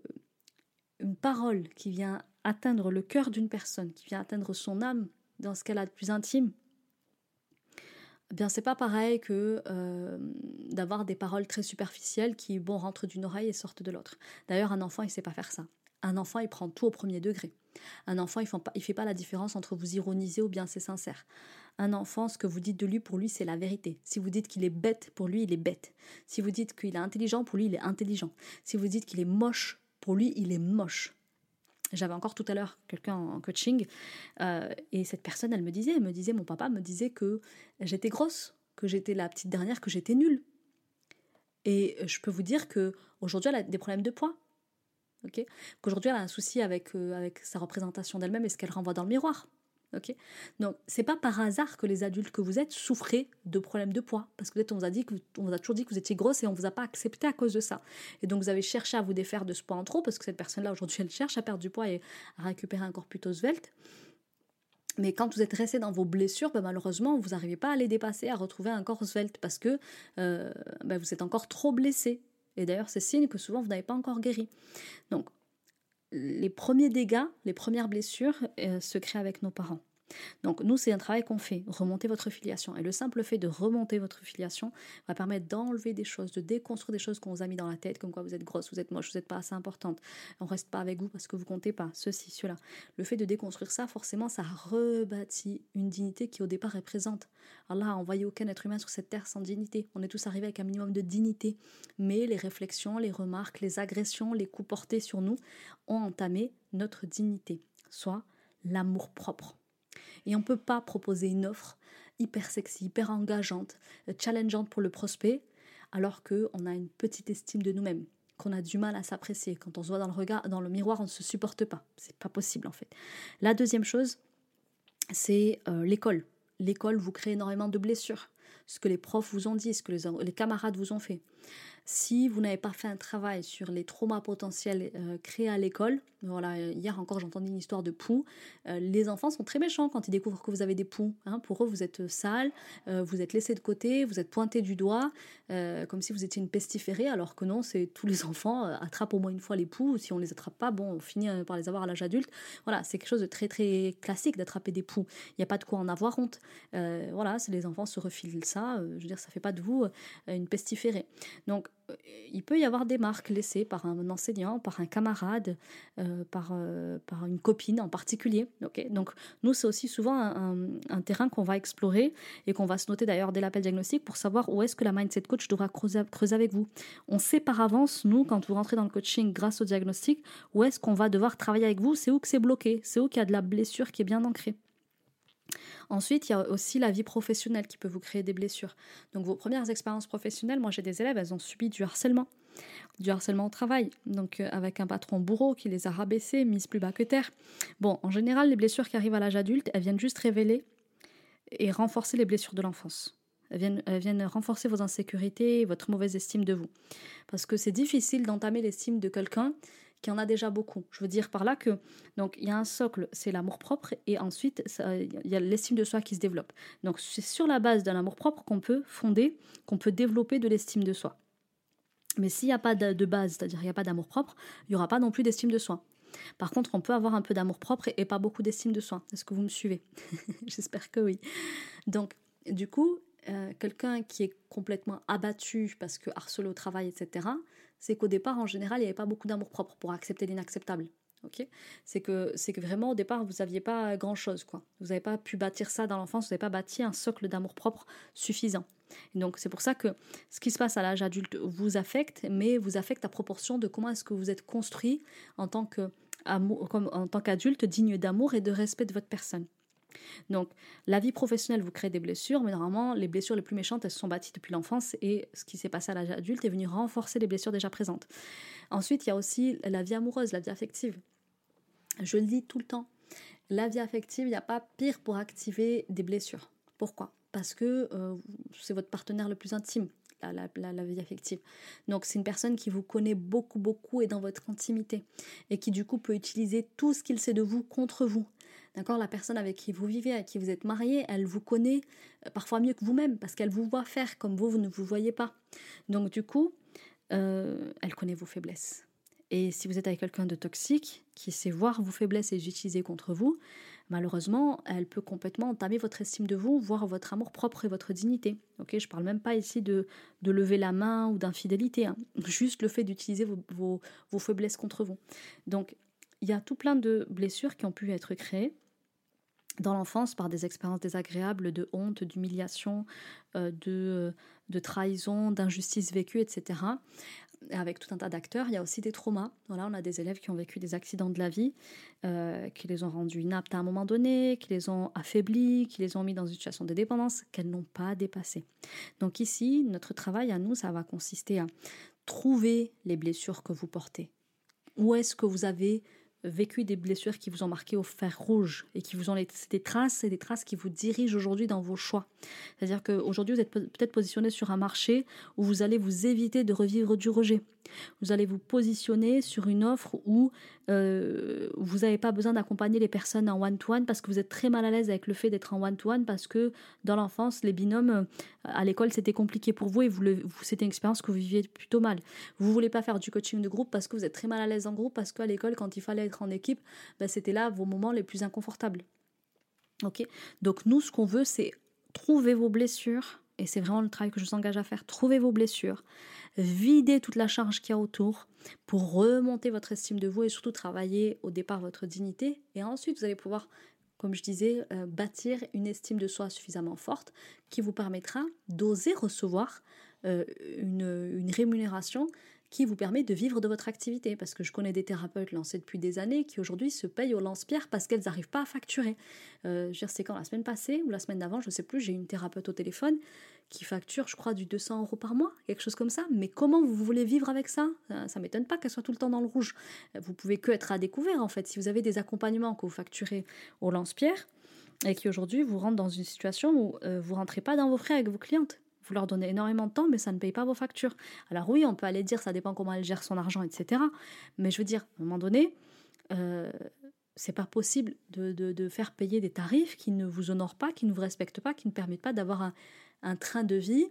une parole qui vient atteindre le cœur d'une personne, qui vient atteindre son âme dans ce qu'elle a de plus intime, eh bien c'est pas pareil que euh, d'avoir des paroles très superficielles qui bon rentrent d'une oreille et sortent de l'autre. D'ailleurs, un enfant, il sait pas faire ça. Un enfant, il prend tout au premier degré. Un enfant, il ne fait pas la différence entre vous ironiser ou bien c'est sincère. Un enfant, ce que vous dites de lui, pour lui, c'est la vérité. Si vous dites qu'il est bête, pour lui, il est bête. Si vous dites qu'il est intelligent, pour lui, il est intelligent. Si vous dites qu'il est moche, pour lui, il est moche. J'avais encore tout à l'heure quelqu'un en coaching euh, et cette personne, elle me disait, elle me disait, mon papa me disait que j'étais grosse que j'étais la petite dernière, que j'étais nulle. Et je peux vous dire qu'aujourd'hui, elle a des problèmes de poids. Okay, qu'aujourd'hui, elle a un souci avec, euh, avec sa représentation d'elle-même et ce qu'elle renvoie dans le miroir. Okay, donc, c'est pas par hasard que les adultes que vous êtes souffrez de problèmes de poids. Parce que peut-être on vous a dit que, on vous a toujours dit que vous étiez grosse et on vous a pas accepté à cause de ça. Et donc, vous avez cherché à vous défaire de ce poids en trop parce que cette personne-là, aujourd'hui, elle cherche à perdre du poids et à récupérer un corps plutôt svelte. Mais quand vous êtes resté dans vos blessures, ben malheureusement, vous n'arrivez pas à les dépasser, à retrouver un corps svelte parce que euh, ben vous êtes encore trop blessé. Et d'ailleurs, c'est signe que souvent, vous n'avez pas encore guéri. Donc, les premiers dégâts, les premières blessures euh, se créent avec nos parents. Donc nous, c'est un travail qu'on fait, remonter votre filiation. Et le simple fait de remonter votre filiation va permettre d'enlever des choses, de déconstruire des choses qu'on vous a mis dans la tête, comme quoi vous êtes grosse, vous êtes moche, vous n'êtes pas assez importante, on ne reste pas avec vous parce que vous ne comptez pas, ceci, cela. Le fait de déconstruire ça, forcément, ça rebâtit une dignité qui au départ est présente. Allah a envoyé aucun être humain sur cette terre sans dignité. On est tous arrivés avec un minimum de dignité. Mais les réflexions, les remarques, les agressions, les coups portés sur nous ont entamé notre dignité, soit l'amour-propre. Et on ne peut pas proposer une offre hyper sexy, hyper engageante, challengeante pour le prospect, alors qu'on a une petite estime de nous-mêmes, qu'on a du mal à s'apprécier. Quand on se voit dans le regard, dans le miroir, on ne se supporte pas. C'est pas possible en fait. La deuxième chose, c'est euh, l'école. L'école vous crée énormément de blessures. Ce que les profs vous ont dit, ce que les, les camarades vous ont fait. Si vous n'avez pas fait un travail sur les traumas potentiels euh, créés à l'école, voilà, hier encore j'entendais une histoire de poux, euh, les enfants sont très méchants quand ils découvrent que vous avez des poux, hein. Pour eux vous êtes sale, euh, vous êtes laissé de côté, vous êtes pointé du doigt, euh, comme si vous étiez une pestiférée, alors que non, c'est tous les enfants euh, attrapent au moins une fois les poux, si on les attrape pas, bon, on finit euh, par les avoir à l'âge adulte. Voilà, c'est quelque chose de très très classique d'attraper des poux, il n'y a pas de quoi en avoir honte, euh, voilà, c'est les enfants se refilent ça, euh, je veux dire, ça fait pas de vous euh, une pestiférée. Donc il peut y avoir des marques laissées par un enseignant, par un camarade, euh, par, euh, par une copine en particulier. Okay, donc nous, c'est aussi souvent un, un, un terrain qu'on va explorer et qu'on va se noter d'ailleurs dès l'appel diagnostic pour savoir où est-ce que la mindset coach devra creuser, creuser avec vous. On sait par avance, nous, quand vous rentrez dans le coaching grâce au diagnostic, où est-ce qu'on va devoir travailler avec vous, c'est où que c'est bloqué, c'est où qu'il y a de la blessure qui est bien ancrée. Ensuite, il y a aussi la vie professionnelle qui peut vous créer des blessures. Donc vos premières expériences professionnelles, moi j'ai des élèves, elles ont subi du harcèlement, du harcèlement au travail, donc euh, avec un patron bourreau qui les a rabaissés, mises plus bas que terre. Bon, en général, les blessures qui arrivent à l'âge adulte, elles viennent juste révéler et renforcer les blessures de l'enfance. Elles viennent, elles viennent renforcer vos insécurités et votre mauvaise estime de vous. Parce que c'est difficile d'entamer l'estime de quelqu'un qui en a déjà beaucoup. Je veux dire par là que, donc, il y a un socle, c'est l'amour-propre, et ensuite, il y a l'estime de soi qui se développe. Donc, c'est sur la base d'un amour-propre qu'on peut fonder, qu'on peut développer de l'estime de soi. Mais s'il n'y a pas de, de base, c'est-à-dire il n'y a pas d'amour-propre, il n'y aura pas non plus d'estime de soi. Par contre, on peut avoir un peu d'amour-propre et, et pas beaucoup d'estime de soi. Est-ce que vous me suivez? J'espère que oui. Donc, du coup, euh, quelqu'un qui est complètement abattu parce que harcelé au travail, et cetera, c'est qu'au départ, en général, il n'y avait pas beaucoup d'amour-propre pour accepter l'inacceptable. Okay, c'est que, c'est que vraiment, au départ, vous n'aviez pas grand-chose, quoi. Vous n'avez pas pu bâtir ça dans l'enfance, vous n'avez pas bâti un socle d'amour-propre suffisant. Et donc, c'est pour ça que ce qui se passe à l'âge adulte vous affecte, mais vous affecte à proportion de comment est-ce que vous êtes construit en tant que, amour, comme, en tant qu'adulte digne d'amour et de respect de votre personne. Donc, la vie professionnelle vous crée des blessures, mais normalement, les blessures les plus méchantes, elles se sont bâties depuis l'enfance et ce qui s'est passé à l'âge adulte est venu renforcer les blessures déjà présentes. Ensuite, il y a aussi la vie amoureuse, la vie affective. Je le dis tout le temps, la vie affective, il n'y a pas pire pour activer des blessures. Pourquoi ? Parce que euh, c'est votre partenaire le plus intime, la, la, la, la vie affective. Donc c'est une personne qui vous connaît beaucoup, beaucoup et dans votre intimité et qui du coup peut utiliser tout ce qu'il sait de vous contre vous. D'accord ? La personne avec qui vous vivez, avec qui vous êtes marié, elle vous connaît parfois mieux que vous-même parce qu'elle vous voit faire comme vous, vous ne vous voyez pas. Donc du coup, euh, elle connaît vos faiblesses. Et si vous êtes avec quelqu'un de toxique, qui sait voir vos faiblesses et les utiliser contre vous, malheureusement, elle peut complètement entamer votre estime de vous, voire votre amour propre et votre dignité. Okay, je ne parle même pas ici de, de lever la main ou d'infidélité, hein. Juste le fait d'utiliser vos, vos, vos faiblesses contre vous. Donc, il y a tout plein de blessures qui ont pu être créées. dans l'enfance par des expériences désagréables de honte, d'humiliation, euh, de, de trahison, d'injustice vécue, et cetera. Et avec tout un tas d'acteurs, il y a aussi des traumas. Voilà, on a des élèves qui ont vécu des accidents de la vie, euh, qui les ont rendus inaptes à un moment donné, qui les ont affaiblis, qui les ont mis dans une situation de dépendance qu'elles n'ont pas dépassée. Donc ici, notre travail à nous, ça va consister à trouver les blessures que vous portez. Où est-ce que vous avez vécu des blessures qui vous ont marqué au fer rouge et qui vous ont laissé des traces et des traces qui vous dirigent aujourd'hui dans vos choix. C'est-à-dire qu'aujourd'hui, vous êtes peut-être positionné sur un marché où vous allez vous éviter de revivre du rejet. Vous allez vous positionner sur une offre où euh, vous n'avez pas besoin d'accompagner les personnes en one-to-one parce que vous êtes très mal à l'aise avec le fait d'être en one-to-one parce que dans l'enfance, les binômes euh, à l'école, c'était compliqué pour vous et vous le, vous, c'était une expérience que vous viviez plutôt mal. Vous ne voulez pas faire du coaching de groupe parce que vous êtes très mal à l'aise en groupe parce qu'à l'école, quand il fallait être en équipe, ben, c'était là vos moments les plus inconfortables. Okay. Donc nous, ce qu'on veut, c'est trouver vos blessures et c'est vraiment le travail que je vous engage à faire. Trouvez vos blessures, videz toute la charge qu'il y a autour pour remonter votre estime de vous et surtout travailler au départ votre dignité. Et ensuite, vous allez pouvoir, comme je disais, euh, bâtir une estime de soi suffisamment forte qui vous permettra d'oser recevoir euh, une, une rémunération qui vous permet de vivre de votre activité. Parce que je connais des thérapeutes lancés depuis des années qui aujourd'hui se payent au lance-pierre parce qu'elles n'arrivent pas à facturer. Euh, je veux dire, c'est quand la semaine passée ou la semaine d'avant, je ne sais plus, j'ai une thérapeute au téléphone qui facture, je crois, du deux cents euros par mois, quelque chose comme ça. Mais comment vous voulez vivre avec ça ? Ça ne m'étonne pas qu'elle soit tout le temps dans le rouge. Vous pouvez que être à découvert, en fait. Si vous avez des accompagnements que vous facturez au lance-pierre et qui aujourd'hui vous rentrent dans une situation où euh, vous ne rentrez pas dans vos frais avec vos clientes. Vous leur donnez énormément de temps, mais ça ne paye pas vos factures. Alors oui, on peut aller dire, ça dépend comment elle gère son argent, et cetera. Mais je veux dire, à un moment donné, euh, c'est pas possible de, de, de faire payer des tarifs qui ne vous honorent pas, qui ne vous respectent pas, qui ne permettent pas d'avoir un, un train de vie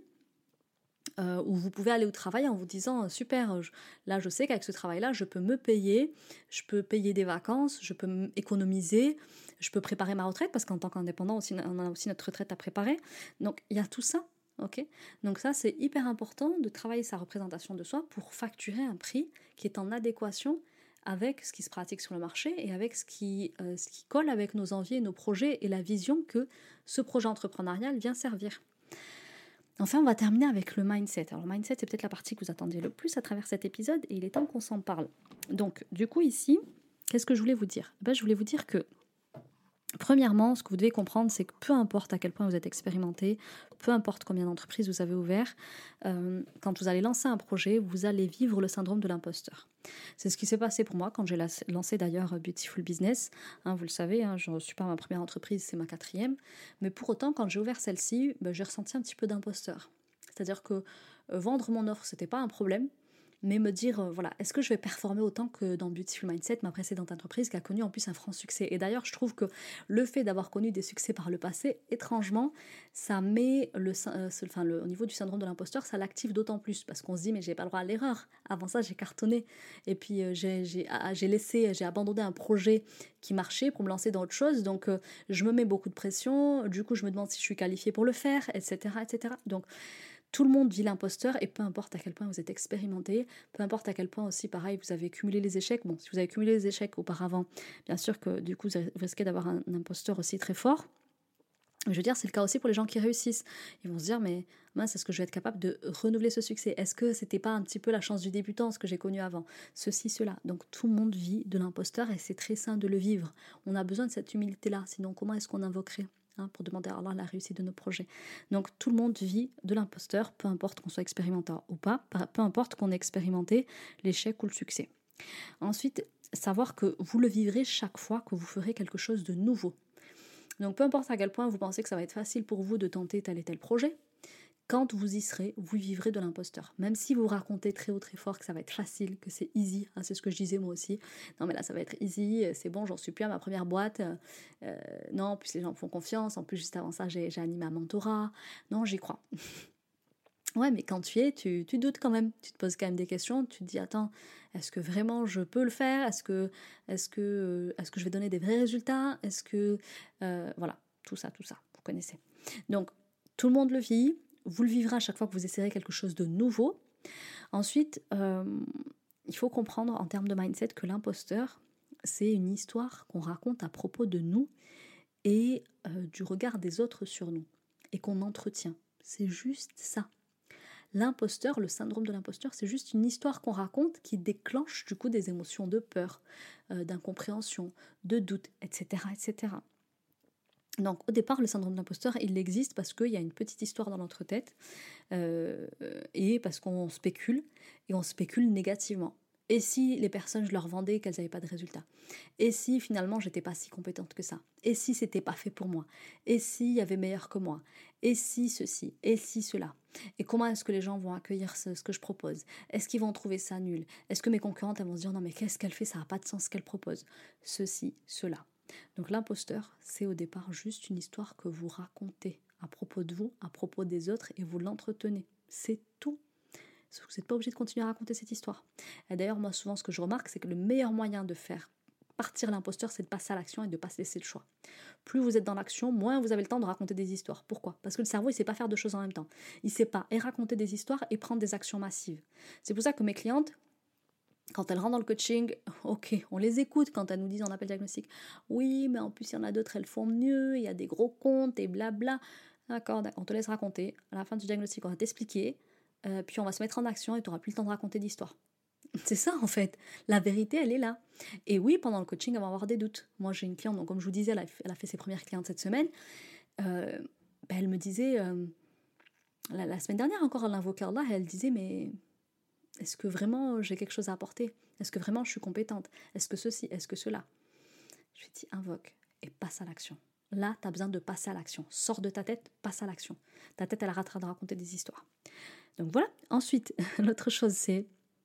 euh, où vous pouvez aller au travail en vous disant, super, je, là je sais qu'avec ce travail-là, je peux me payer, je peux payer des vacances, je peux économiser, je peux préparer ma retraite, parce qu'en tant qu'indépendant, aussi, on a aussi notre retraite à préparer. Donc il y a tout ça. Okay. Donc ça, c'est hyper important de travailler sa représentation de soi pour facturer un prix qui est en adéquation avec ce qui se pratique sur le marché et avec ce qui, euh, ce qui colle avec nos envies et nos projets et la vision que ce projet entrepreneurial vient servir. Enfin, on va terminer avec le mindset. Alors, le mindset, c'est peut-être la partie que vous attendiez le plus à travers cet épisode et il est temps qu'on s'en parle. Donc, du coup, ici, qu'est-ce que je voulais vous dire ? Ben, je voulais vous dire que premièrement, ce que vous devez comprendre, c'est que peu importe à quel point vous êtes expérimenté, peu importe combien d'entreprises vous avez ouvert, euh, quand vous allez lancer un projet, vous allez vivre le syndrome de l'imposteur. C'est ce qui s'est passé pour moi quand j'ai lancé d'ailleurs Beautiful Business. Hein, vous le savez, hein, je ne suis pas ma première entreprise, c'est ma quatrième. Mais pour autant, quand j'ai ouvert celle-ci, ben, j'ai ressenti un petit peu d'imposteur. C'est-à-dire que euh, vendre mon offre, ce n'était pas un problème. Mais me dire, euh, voilà, est-ce que je vais performer autant que dans Beautiful Mindset, ma précédente entreprise, qui a connu en plus un franc succès. Et d'ailleurs, je trouve que le fait d'avoir connu des succès par le passé, étrangement, ça met, le, euh, enfin, le, au niveau du syndrome de l'imposteur, ça l'active d'autant plus, parce qu'on se dit, mais j'ai pas le droit à l'erreur. Avant ça, j'ai cartonné. Et puis, euh, j'ai, j'ai, j'ai laissé, j'ai abandonné un projet qui marchait pour me lancer dans autre chose. Donc, euh, je me mets beaucoup de pression. Du coup, je me demande si je suis qualifiée pour le faire, et cetera, et cetera. Donc, tout le monde vit l'imposteur et peu importe à quel point vous êtes expérimenté, peu importe à quel point aussi, pareil, vous avez cumulé les échecs. Bon, si vous avez cumulé les échecs auparavant, bien sûr que du coup, vous risquez d'avoir un, un imposteur aussi très fort. Je veux dire, c'est le cas aussi pour les gens qui réussissent. Ils vont se dire, mais mince, est-ce que je vais être capable de renouveler ce succès ? Est-ce que c'était pas un petit peu la chance du débutant, ce que j'ai connu avant ? Ceci, cela. Donc tout le monde vit de l'imposteur et c'est très sain de le vivre. On a besoin de cette humilité-là, sinon comment est-ce qu'on invoquerait ? Hein, pour demander à Allah la réussite de nos projets. Donc tout le monde vit de l'imposteur, peu importe qu'on soit expérimenté ou pas, peu importe qu'on ait expérimenté l'échec ou le succès. Ensuite, savoir que vous le vivrez chaque fois que vous ferez quelque chose de nouveau. Donc peu importe à quel point vous pensez que ça va être facile pour vous de tenter tel et tel projet, quand vous y serez, vous vivrez de l'imposteur. Même si vous racontez très haut très fort que ça va être facile, que c'est easy, hein, c'est ce que je disais moi aussi. Non mais là ça va être easy, c'est bon, j'en suis plus à ma première boîte. Euh, non, en plus les gens me font confiance, en plus juste avant ça j'ai, j'ai animé un mentorat. Non, j'y crois. Ouais, mais quand tu y es, tu, tu doutes quand même. Tu te poses quand même des questions, tu te dis attends, est-ce que vraiment je peux le faire ? Est-ce que, est-ce que, est-ce que je vais donner des vrais résultats ? Est-ce que... Euh, voilà, tout ça, tout ça, vous connaissez. Donc, tout le monde le vit. Vous le vivrez à chaque fois que vous essayerez quelque chose de nouveau. Ensuite, euh, il faut comprendre en termes de mindset que l'imposteur, c'est une histoire qu'on raconte à propos de nous et euh, du regard des autres sur nous et qu'on entretient. C'est juste ça. L'imposteur, le syndrome de l'imposteur, c'est juste une histoire qu'on raconte qui déclenche du coup des émotions de peur, euh, d'incompréhension, de doute, et cetera, et cetera. Donc au départ, le syndrome de l'imposteur, il existe parce qu'il y a une petite histoire dans notre tête euh, et parce qu'on spécule, et on spécule négativement. Et si les personnes, je leur vendais qu'elles n'avaient pas de résultats? Et si finalement, j'étais pas si compétente que ça? Et si c'était pas fait pour moi? Et s'il y avait meilleur que moi? Et si ceci? Et si cela? Et comment est-ce que les gens vont accueillir ce, ce que je propose? Est-ce qu'ils vont trouver ça nul? Est-ce que mes concurrentes, elles vont se dire non mais qu'est-ce qu'elle fait? Ça n'a pas de sens ce qu'elle propose. Ceci, cela. Donc l'imposteur, c'est au départ juste une histoire que vous racontez à propos de vous, à propos des autres, et vous l'entretenez. C'est tout. Vous n'êtes pas obligé de continuer à raconter cette histoire. Et d'ailleurs, moi, souvent, ce que je remarque, c'est que le meilleur moyen de faire partir l'imposteur, c'est de passer à l'action et de ne pas se laisser le choix. Plus vous êtes dans l'action, moins vous avez le temps de raconter des histoires. Pourquoi? Parce que le cerveau, il ne sait pas faire deux choses en même temps. Il ne sait pas et raconter des histoires et prendre des actions massives. C'est pour ça que mes clientes, quand elles rentrent dans le coaching, ok, on les écoute quand elles nous disent en appel diagnostic, oui, mais en plus, il y en a d'autres, elles font mieux, il y a des gros comptes et blabla. D'accord, d'accord, on te laisse raconter. À la fin du diagnostic, on va t'expliquer. Euh, puis on va se mettre en action et tu n'auras plus le temps de raconter d'histoire. C'est ça en fait, la vérité elle est là. Et oui, pendant le coaching, elle va avoir des doutes. Moi j'ai une cliente, donc comme je vous disais, elle a, elle a fait ses premières clientes cette semaine. Euh, ben, elle me disait, euh, la, la semaine dernière encore, elle invoquait Allah et elle disait, mais est-ce que vraiment j'ai quelque chose à apporter? Est-ce que vraiment je suis compétente? Est-ce que ceci? Est-ce que cela? Je lui ai dit, invoque et passe à l'action. Là, tu as besoin de passer à l'action. Sors de ta tête, passe à l'action. Ta tête, elle arrêtera de raconter des histoires. Donc voilà. Ensuite, l'autre chose, c'est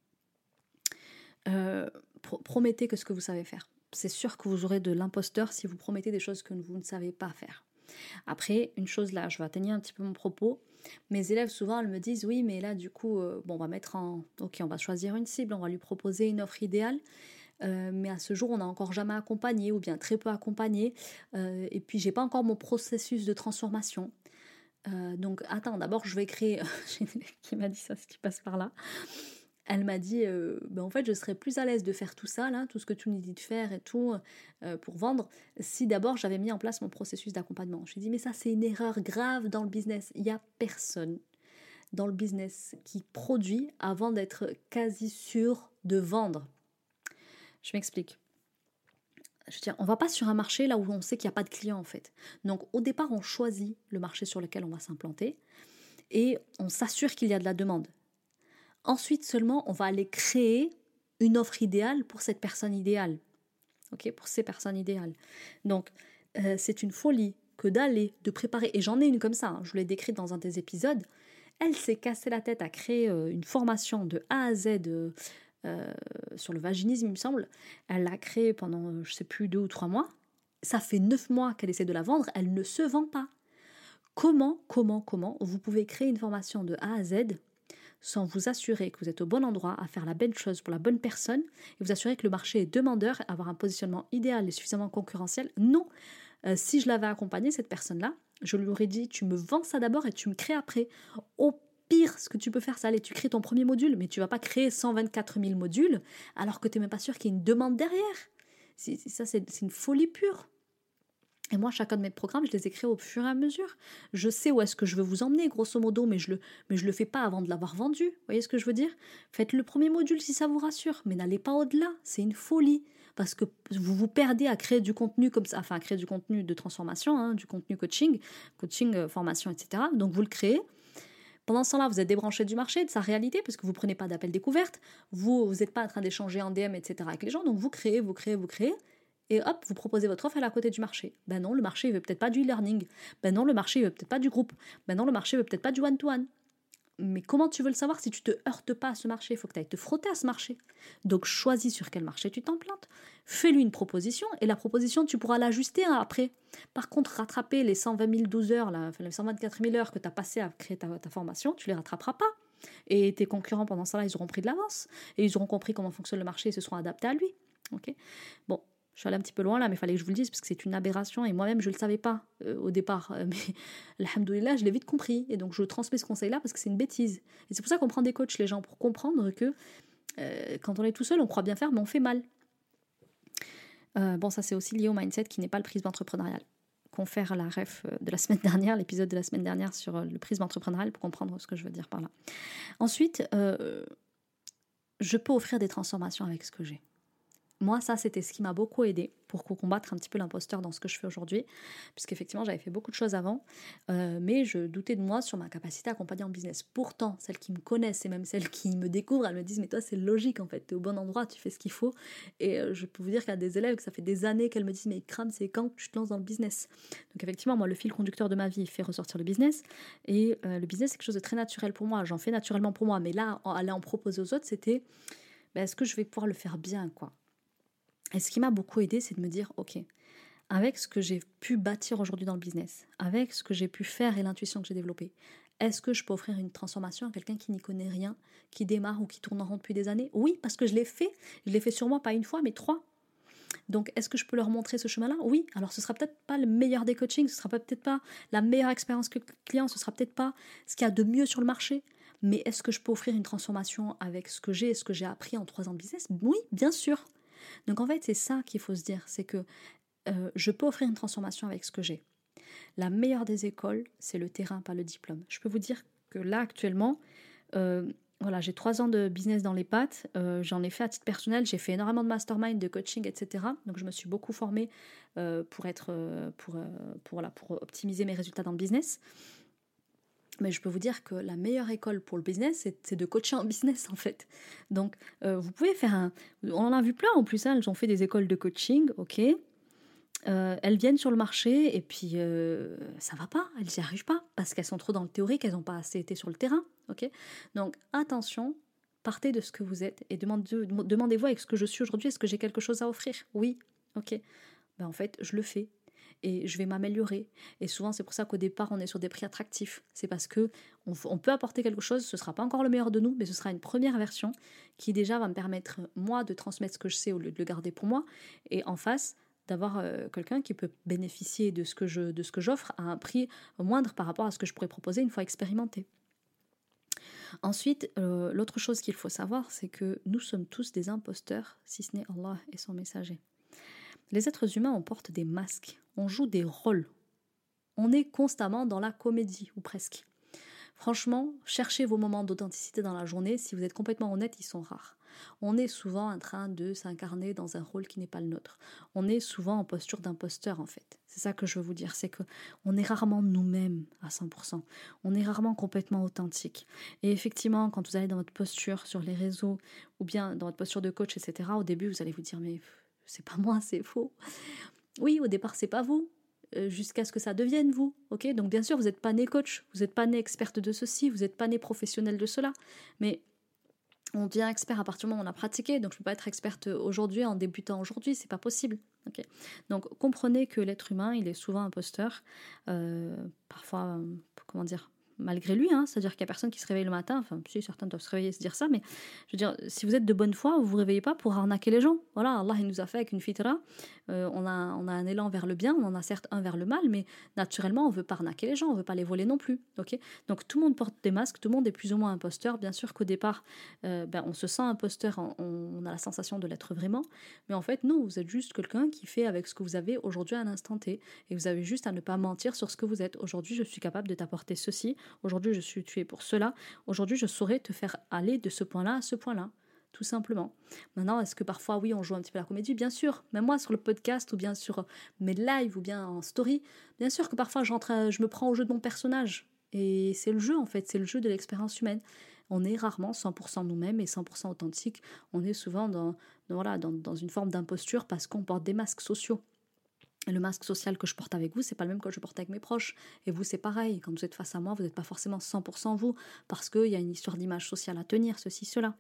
euh, pro- promettez que ce que vous savez faire. C'est sûr que vous aurez de l'imposteur si vous promettez des choses que vous ne savez pas faire. Après, une chose là, je vais atténuer un petit peu mon propos. Mes élèves, souvent, elles me disent, oui, mais là, du coup, euh, bon, on va mettre en... Ok, on va choisir une cible, on va lui proposer une offre idéale. Euh, mais à ce jour, on n'a encore jamais accompagné ou bien très peu accompagné. Euh, et puis, j'ai pas encore mon processus de transformation. Euh, donc, attends, d'abord, je vais créer... J'ai une élève qui m'a dit ça, ce qui passe par là. Elle m'a dit, euh, ben en fait, je serais plus à l'aise de faire tout ça, là, tout ce que tu nous dis de faire et tout, euh, pour vendre, si d'abord j'avais mis en place mon processus d'accompagnement. Je lui ai dit, mais ça, c'est une erreur grave dans le business. Il n'y a personne dans le business qui produit avant d'être quasi sûr de vendre. Je m'explique. Je veux dire, on ne va pas sur un marché là où on sait qu'il n'y a pas de clients, en fait. Donc, au départ, on choisit le marché sur lequel on va s'implanter et on s'assure qu'il y a de la demande. Ensuite seulement, on va aller créer une offre idéale pour cette personne idéale. Ok, pour ces personnes idéales. Donc, euh, c'est une folie que d'aller, de préparer, et j'en ai une comme ça, hein, je vous l'ai décrite dans un des épisodes, elle s'est cassée la tête à créer euh, une formation de A à Z euh, euh, sur le vaginisme, il me semble. Elle l'a créée pendant, euh, je sais plus, deux ou trois mois. Ça fait neuf mois qu'elle essaie de la vendre, elle ne se vend pas. Comment, comment, comment vous pouvez créer une formation de A à Z sans vous assurer que vous êtes au bon endroit, à faire la bonne chose pour la bonne personne, et vous assurer que le marché est demandeur, avoir un positionnement idéal et suffisamment concurrentiel? Non. Euh, si je l'avais accompagnée, cette personne-là, je lui aurais dit, tu me vends ça d'abord et tu me crées après. Au pire, ce que tu peux faire, c'est aller, tu crées ton premier module, mais tu vas pas créer cent vingt-quatre mille modules alors que tu n'es même pas sûr qu'il y ait une demande derrière. C'est, c'est, ça, c'est, c'est une folie pure. Et moi, chacun de mes programmes, je les écris au fur et à mesure. Je sais où est-ce que je veux vous emmener, grosso modo, mais je le, mais je le fais pas avant de l'avoir vendu. Vous voyez ce que je veux dire? Faites le premier module si ça vous rassure, mais n'allez pas au-delà. C'est une folie. Parce que vous vous perdez à créer du contenu comme ça, enfin à créer du contenu de transformation, hein, du contenu coaching, coaching, euh, formation, et cetera. Donc vous le créez. Pendant ce temps-là, vous êtes débranché du marché, de sa réalité, parce que vous ne prenez pas d'appel découverte, vous n'êtes pas en train d'échanger en D M, et cetera avec les gens. Donc vous créez, vous créez, vous créez. Et hop, vous proposez votre offre, elle est à côté du marché. Ben non, le marché, il veut peut-être pas du e-learning. Ben non, le marché, il veut peut-être pas du groupe. Ben non, le marché, il veut peut-être pas du one-to-one. Mais comment tu veux le savoir si tu te heurtes pas à ce marché? Il faut que tu ailles te frotter à ce marché. Donc, choisis sur quel marché tu t'implantes. Fais-lui une proposition et la proposition, tu pourras l'ajuster hein, après. Par contre, rattraper les cent vingt mille douze heures, là, les cent vingt-quatre mille heures que tu as passées à créer ta, ta formation, tu les rattraperas pas. Et tes concurrents, pendant ça, là, ils auront pris de l'avance. Et ils auront compris comment fonctionne le marché et se seront adaptés à lui. Ok. Bon. Je suis allée un petit peu loin là, mais il fallait que je vous le dise parce que c'est une aberration et moi-même je ne le savais pas euh, au départ. Euh, mais alhamdoulilah, je l'ai vite compris et donc je transmets ce conseil-là parce que c'est une bêtise. Et c'est pour ça qu'on prend des coachs, les gens, pour comprendre que euh, quand on est tout seul, on croit bien faire, mais on fait mal. Euh, bon, ça c'est aussi lié au mindset qui n'est pas le prisme entrepreneurial. confère la ref de la semaine dernière, l'épisode de la semaine dernière sur le prisme entrepreneurial pour comprendre ce que je veux dire par là. Ensuite, euh, je peux offrir des transformations avec ce que j'ai. Moi, ça, c'était ce qui m'a beaucoup aidé pour combattre un petit peu l'imposteur dans ce que je fais aujourd'hui, puisqu'effectivement, j'avais fait beaucoup de choses avant, euh, mais je doutais de moi sur ma capacité à accompagner en business. Pourtant, celles qui me connaissent et même celles qui me découvrent, elles me disent « mais toi, c'est logique, en fait, t'es au bon endroit, tu fais ce qu'il faut ». Et euh, je peux vous dire qu'il y a des élèves que ça fait des années qu'elles me disent « mais Ikram, c'est quand tu te lances dans le business ?» Donc effectivement, moi, le fil conducteur de ma vie fait ressortir le business, et euh, le business, c'est quelque chose de très naturel pour moi, j'en fais naturellement pour moi, mais là, en, aller en proposer aux autres, c'était ben, « est-ce que je vais pouvoir le faire bien, quoi ?» Et ce qui m'a beaucoup aidé, c'est de me dire, ok, avec ce que j'ai pu bâtir aujourd'hui dans le business, avec ce que j'ai pu faire et l'intuition que j'ai développée, est-ce que je peux offrir une transformation à quelqu'un qui n'y connaît rien, qui démarre ou qui tourne en rond depuis des années ? Oui, parce que je l'ai fait. Je l'ai fait sur moi, pas une fois, mais trois. Donc, est-ce que je peux leur montrer ce chemin-là ? Oui. Alors, ce sera peut-être pas le meilleur des coachings, ce sera peut-être pas la meilleure expérience client, ce sera peut-être pas ce qu'il y a de mieux sur le marché. Mais est-ce que je peux offrir une transformation avec ce que j'ai et ce que j'ai appris en trois ans de business ? Oui, bien sûr. Donc en fait, c'est ça qu'il faut se dire, c'est que euh, je peux offrir une transformation avec ce que j'ai. La meilleure des écoles, c'est le terrain, pas le diplôme. Je peux vous dire que là, actuellement, euh, voilà, j'ai trois ans de business dans les pattes, euh, j'en ai fait à titre personnel, j'ai fait énormément de mastermind, de coaching, et cetera. Donc je me suis beaucoup formée euh, pour, être, euh, pour, euh, pour, voilà, pour optimiser mes résultats dans le business. Mais je peux vous dire que la meilleure école pour le business, c'est, c'est de coacher en business, en fait. Donc, euh, vous pouvez faire un... On en a vu plein, en plus, hein, elles ont fait des écoles de coaching, ok. Euh, elles viennent sur le marché, et puis euh, ça va pas, elles n'y arrivent pas, parce qu'elles sont trop dans le théorique, elles n'ont pas assez été sur le terrain, ok. Donc, attention, partez de ce que vous êtes, et demandez, demandez-vous avec ce que je suis aujourd'hui, est-ce que j'ai quelque chose à offrir ? Oui, ok. Ben, en fait, je le fais. Et je vais m'améliorer. Et souvent, c'est pour ça qu'au départ, on est sur des prix attractifs. C'est parce que on, on peut apporter quelque chose, ce ne sera pas encore le meilleur de nous, mais ce sera une première version qui déjà va me permettre, moi, de transmettre ce que je sais au lieu de le garder pour moi. Et en face, d'avoir euh, quelqu'un qui peut bénéficier de ce que je, de ce que j'offre à un prix moindre par rapport à ce que je pourrais proposer une fois expérimenté. Ensuite, euh, l'autre chose qu'il faut savoir, c'est que nous sommes tous des imposteurs, si ce n'est Allah et son messager. Les êtres humains, on porte des masques, on joue des rôles. On est constamment dans la comédie, ou presque. Franchement, cherchez vos moments d'authenticité dans la journée, si vous êtes complètement honnête, ils sont rares. On est souvent en train de s'incarner dans un rôle qui n'est pas le nôtre. On est souvent en posture d'imposteur, en fait. C'est ça que je veux vous dire, c'est qu'on est rarement nous-mêmes à cent pour cent. On est rarement complètement authentique. Et effectivement, quand vous allez dans votre posture sur les réseaux, ou bien dans votre posture de coach, et cetera, au début, vous allez vous dire « mais c'est pas moi, c'est faux ». Oui, au départ, c'est pas vous, euh, jusqu'à ce que ça devienne vous, ok ? Donc bien sûr, vous n'êtes pas né coach, vous n'êtes pas né experte de ceci, vous n'êtes pas né professionnel de cela, mais on devient expert à partir du moment où on a pratiqué, donc je ne peux pas être experte aujourd'hui en débutant aujourd'hui, c'est pas possible, ok ? Donc comprenez que l'être humain, il est souvent imposteur, euh, parfois, euh, comment dire, malgré lui, hein, c'est-à-dire qu'il n'y a personne qui se réveille le matin, enfin si certains doivent se réveiller et se dire ça, mais je veux dire, si vous êtes de bonne foi, vous ne vous réveillez pas pour arnaquer les gens. Voilà, Allah il nous a fait avec une fitra, euh, on, a, on a un élan vers le bien, on en a certes un vers le mal, mais naturellement on ne veut pas arnaquer les gens, on ne veut pas les voler non plus. Okay, donc tout le monde porte des masques, tout le monde est plus ou moins imposteur. Bien sûr qu'au départ, euh, ben, on se sent imposteur, on, on a la sensation de l'être vraiment, mais en fait non, vous êtes juste quelqu'un qui fait avec ce que vous avez aujourd'hui à un instant T, et vous avez juste à ne pas mentir sur ce que vous êtes. Aujourd'hui je suis capable de t'apporter ceci, aujourd'hui je suis tuée pour cela, aujourd'hui je saurais te faire aller de ce point-là à ce point-là, tout simplement. Maintenant, est-ce que parfois oui on joue un petit peu la comédie ? Bien sûr, même moi sur le podcast ou bien sur mes lives ou bien en story, bien sûr que parfois j'entre, je me prends au jeu de mon personnage, et c'est le jeu en fait, c'est le jeu de l'expérience humaine. On est rarement cent pour cent nous-mêmes et cent pour cent authentique, on est souvent dans, dans, voilà, dans, dans une forme d'imposture parce qu'on porte des masques sociaux. Et le masque social que je porte avec vous, c'est pas le même que je porte avec mes proches. Et vous, c'est pareil. Quand vous êtes face à moi, vous n'êtes pas forcément cent pour cent vous, parce qu'il y a une histoire d'image sociale à tenir, ceci, cela.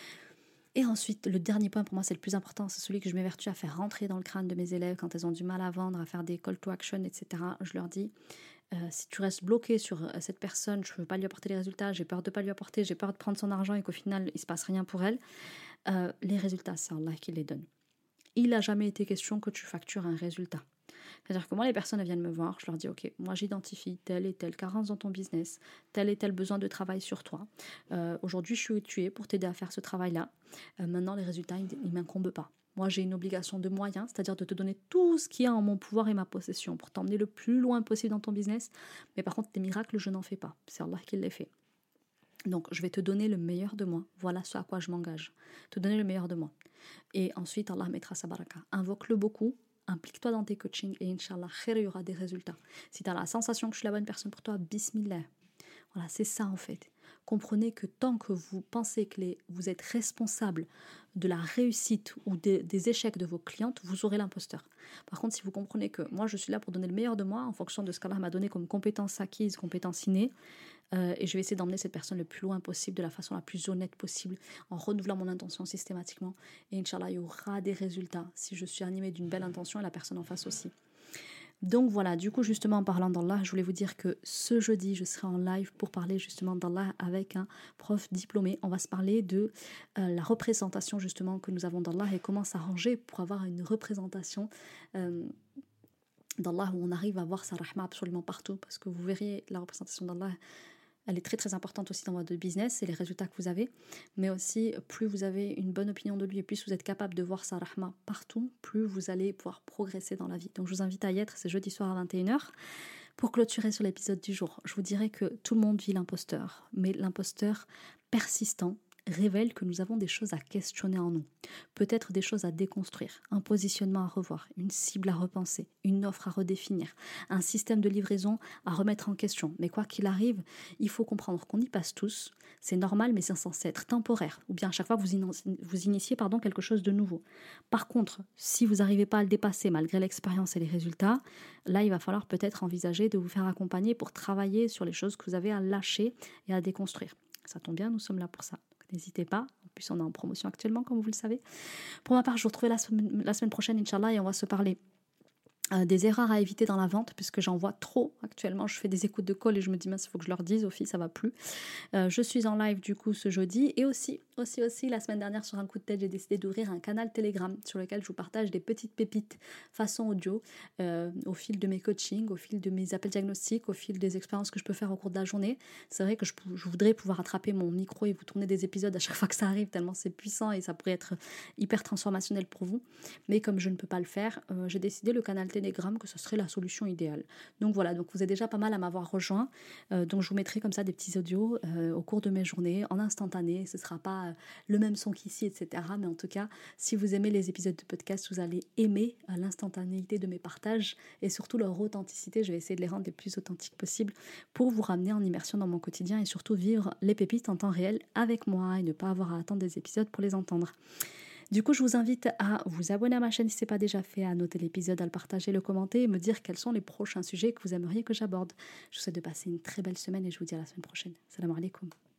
Et ensuite, le dernier point pour moi, c'est le plus important, c'est celui que je m'évertue à faire rentrer dans le crâne de mes élèves quand elles ont du mal à vendre, à faire des call to action, et cetera. Je leur dis, euh, si tu restes bloqué sur euh, cette personne, je ne veux pas lui apporter les résultats, j'ai peur de ne pas lui apporter, j'ai peur de prendre son argent et qu'au final, il ne se passe rien pour elle, euh, les résultats, c'est Allah qui les donne. Il n'a jamais été question que tu factures un résultat. C'est-à-dire que moi, les personnes elles viennent me voir, je leur dis, ok, moi j'identifie telle et telle carence dans ton business, tel et tel besoin de travail sur toi. Euh, aujourd'hui, je suis où tu es pour t'aider à faire ce travail-là. Euh, maintenant, les résultats, ils ne m'incombent pas. Moi, j'ai une obligation de moyens, c'est-à-dire de te donner tout ce qui est en mon pouvoir et ma possession pour t'emmener le plus loin possible dans ton business. Mais par contre, des miracles, je n'en fais pas. C'est Allah qui les fait. Donc, je vais te donner le meilleur de moi. Voilà ce à quoi je m'engage. Te donner le meilleur de moi. Et ensuite, Allah mettra sa baraka. Invoque-le beaucoup. Implique-toi dans tes coachings et Inch'Allah, il y aura des résultats. Si tu as la sensation que je suis la bonne personne pour toi, bismillah. Voilà, c'est ça en fait. Comprenez que tant que vous pensez que les, vous êtes responsable de la réussite ou des, des échecs de vos clientes, vous aurez l'imposteur. Par contre, si vous comprenez que moi, je suis là pour donner le meilleur de moi en fonction de ce qu'Allah m'a donné comme compétences acquises, compétences innées, euh, et je vais essayer d'emmener cette personne le plus loin possible, de la façon la plus honnête possible, en renouvelant mon intention systématiquement. Et Inch'Allah, il y aura des résultats si je suis animée d'une belle intention et la personne en face aussi. Donc voilà, du coup justement en parlant d'Allah, je voulais vous dire que ce jeudi, je serai en live pour parler justement d'Allah avec un prof diplômé. On va se parler de euh, la représentation justement que nous avons d'Allah et comment s'arranger pour avoir une représentation euh, d'Allah où on arrive à voir sa rahma absolument partout. Parce que vous verriez la représentation d'Allah, elle est très très importante aussi dans votre business et les résultats que vous avez, mais aussi plus vous avez une bonne opinion de lui et plus vous êtes capable de voir sa rahma partout, plus vous allez pouvoir progresser dans la vie. Donc je vous invite à y être, c'est jeudi soir à vingt et une heures. Pour clôturer sur l'épisode du jour, je vous dirais que tout le monde vit l'imposteur, mais l'imposteur persistant révèle que nous avons des choses à questionner en nous, peut-être des choses à déconstruire, un positionnement à revoir, une cible à repenser, une offre à redéfinir, un système de livraison à remettre en question. Mais quoi qu'il arrive, il faut comprendre qu'on y passe tous, c'est normal mais c'est censé être temporaire, ou bien à chaque fois vous, in- vous initiez pardon, quelque chose de nouveau. Par contre, si vous n'arrivez pas à le dépasser malgré l'expérience et les résultats, là il va falloir peut-être envisager de vous faire accompagner pour travailler sur les choses que vous avez à lâcher et à déconstruire. Ça tombe bien, nous sommes là pour ça. N'hésitez pas. En plus, on est en promotion actuellement, comme vous le savez. Pour ma part, je vous retrouve la semaine, la semaine prochaine, Inch'Allah, et on va se parler euh, des erreurs à éviter dans la vente, puisque j'en vois trop actuellement. Je fais des écoutes de call et je me dis, mince, il faut que je leur dise, aux filles, ça va plus. Euh, je suis en live, du coup, ce jeudi. Et aussi, aussi, aussi, la semaine dernière, sur un coup de tête, j'ai décidé d'ouvrir un canal Telegram sur lequel je vous partage des petites pépites façon audio euh, au fil de mes coachings, au fil de mes appels diagnostiques, au fil des expériences que je peux faire au cours de la journée. C'est vrai que je, je voudrais pouvoir attraper mon micro et vous tourner des épisodes à chaque fois que ça arrive, tellement c'est puissant et ça pourrait être hyper transformationnel pour vous. Mais comme je ne peux pas le faire, euh, j'ai décidé le canal Telegram que ce serait la solution idéale. Donc voilà, donc vous êtes déjà pas mal à m'avoir rejoint. Euh, donc je vous mettrai comme ça des petits audios euh, au cours de mes journées, en instantané. Ce ne sera pas euh, le même son qu'ici, et cetera. Mais en tout cas, si vous aimez les épisodes de podcast, vous allez aimer euh, l'instantanéité de mes partages et surtout leur authenticité. Je vais essayer de les rendre les plus authentiques possibles pour vous ramener en immersion dans mon quotidien et surtout vivre les pépites en temps réel avec moi et ne pas avoir à attendre des épisodes pour les entendre. Du coup, je vous invite à vous abonner à ma chaîne si ce n'est pas déjà fait, à noter l'épisode, à le partager, le commenter et me dire quels sont les prochains sujets que vous aimeriez que j'aborde. Je vous souhaite de passer une très belle semaine et je vous dis à la semaine prochaine. Salam alaikum.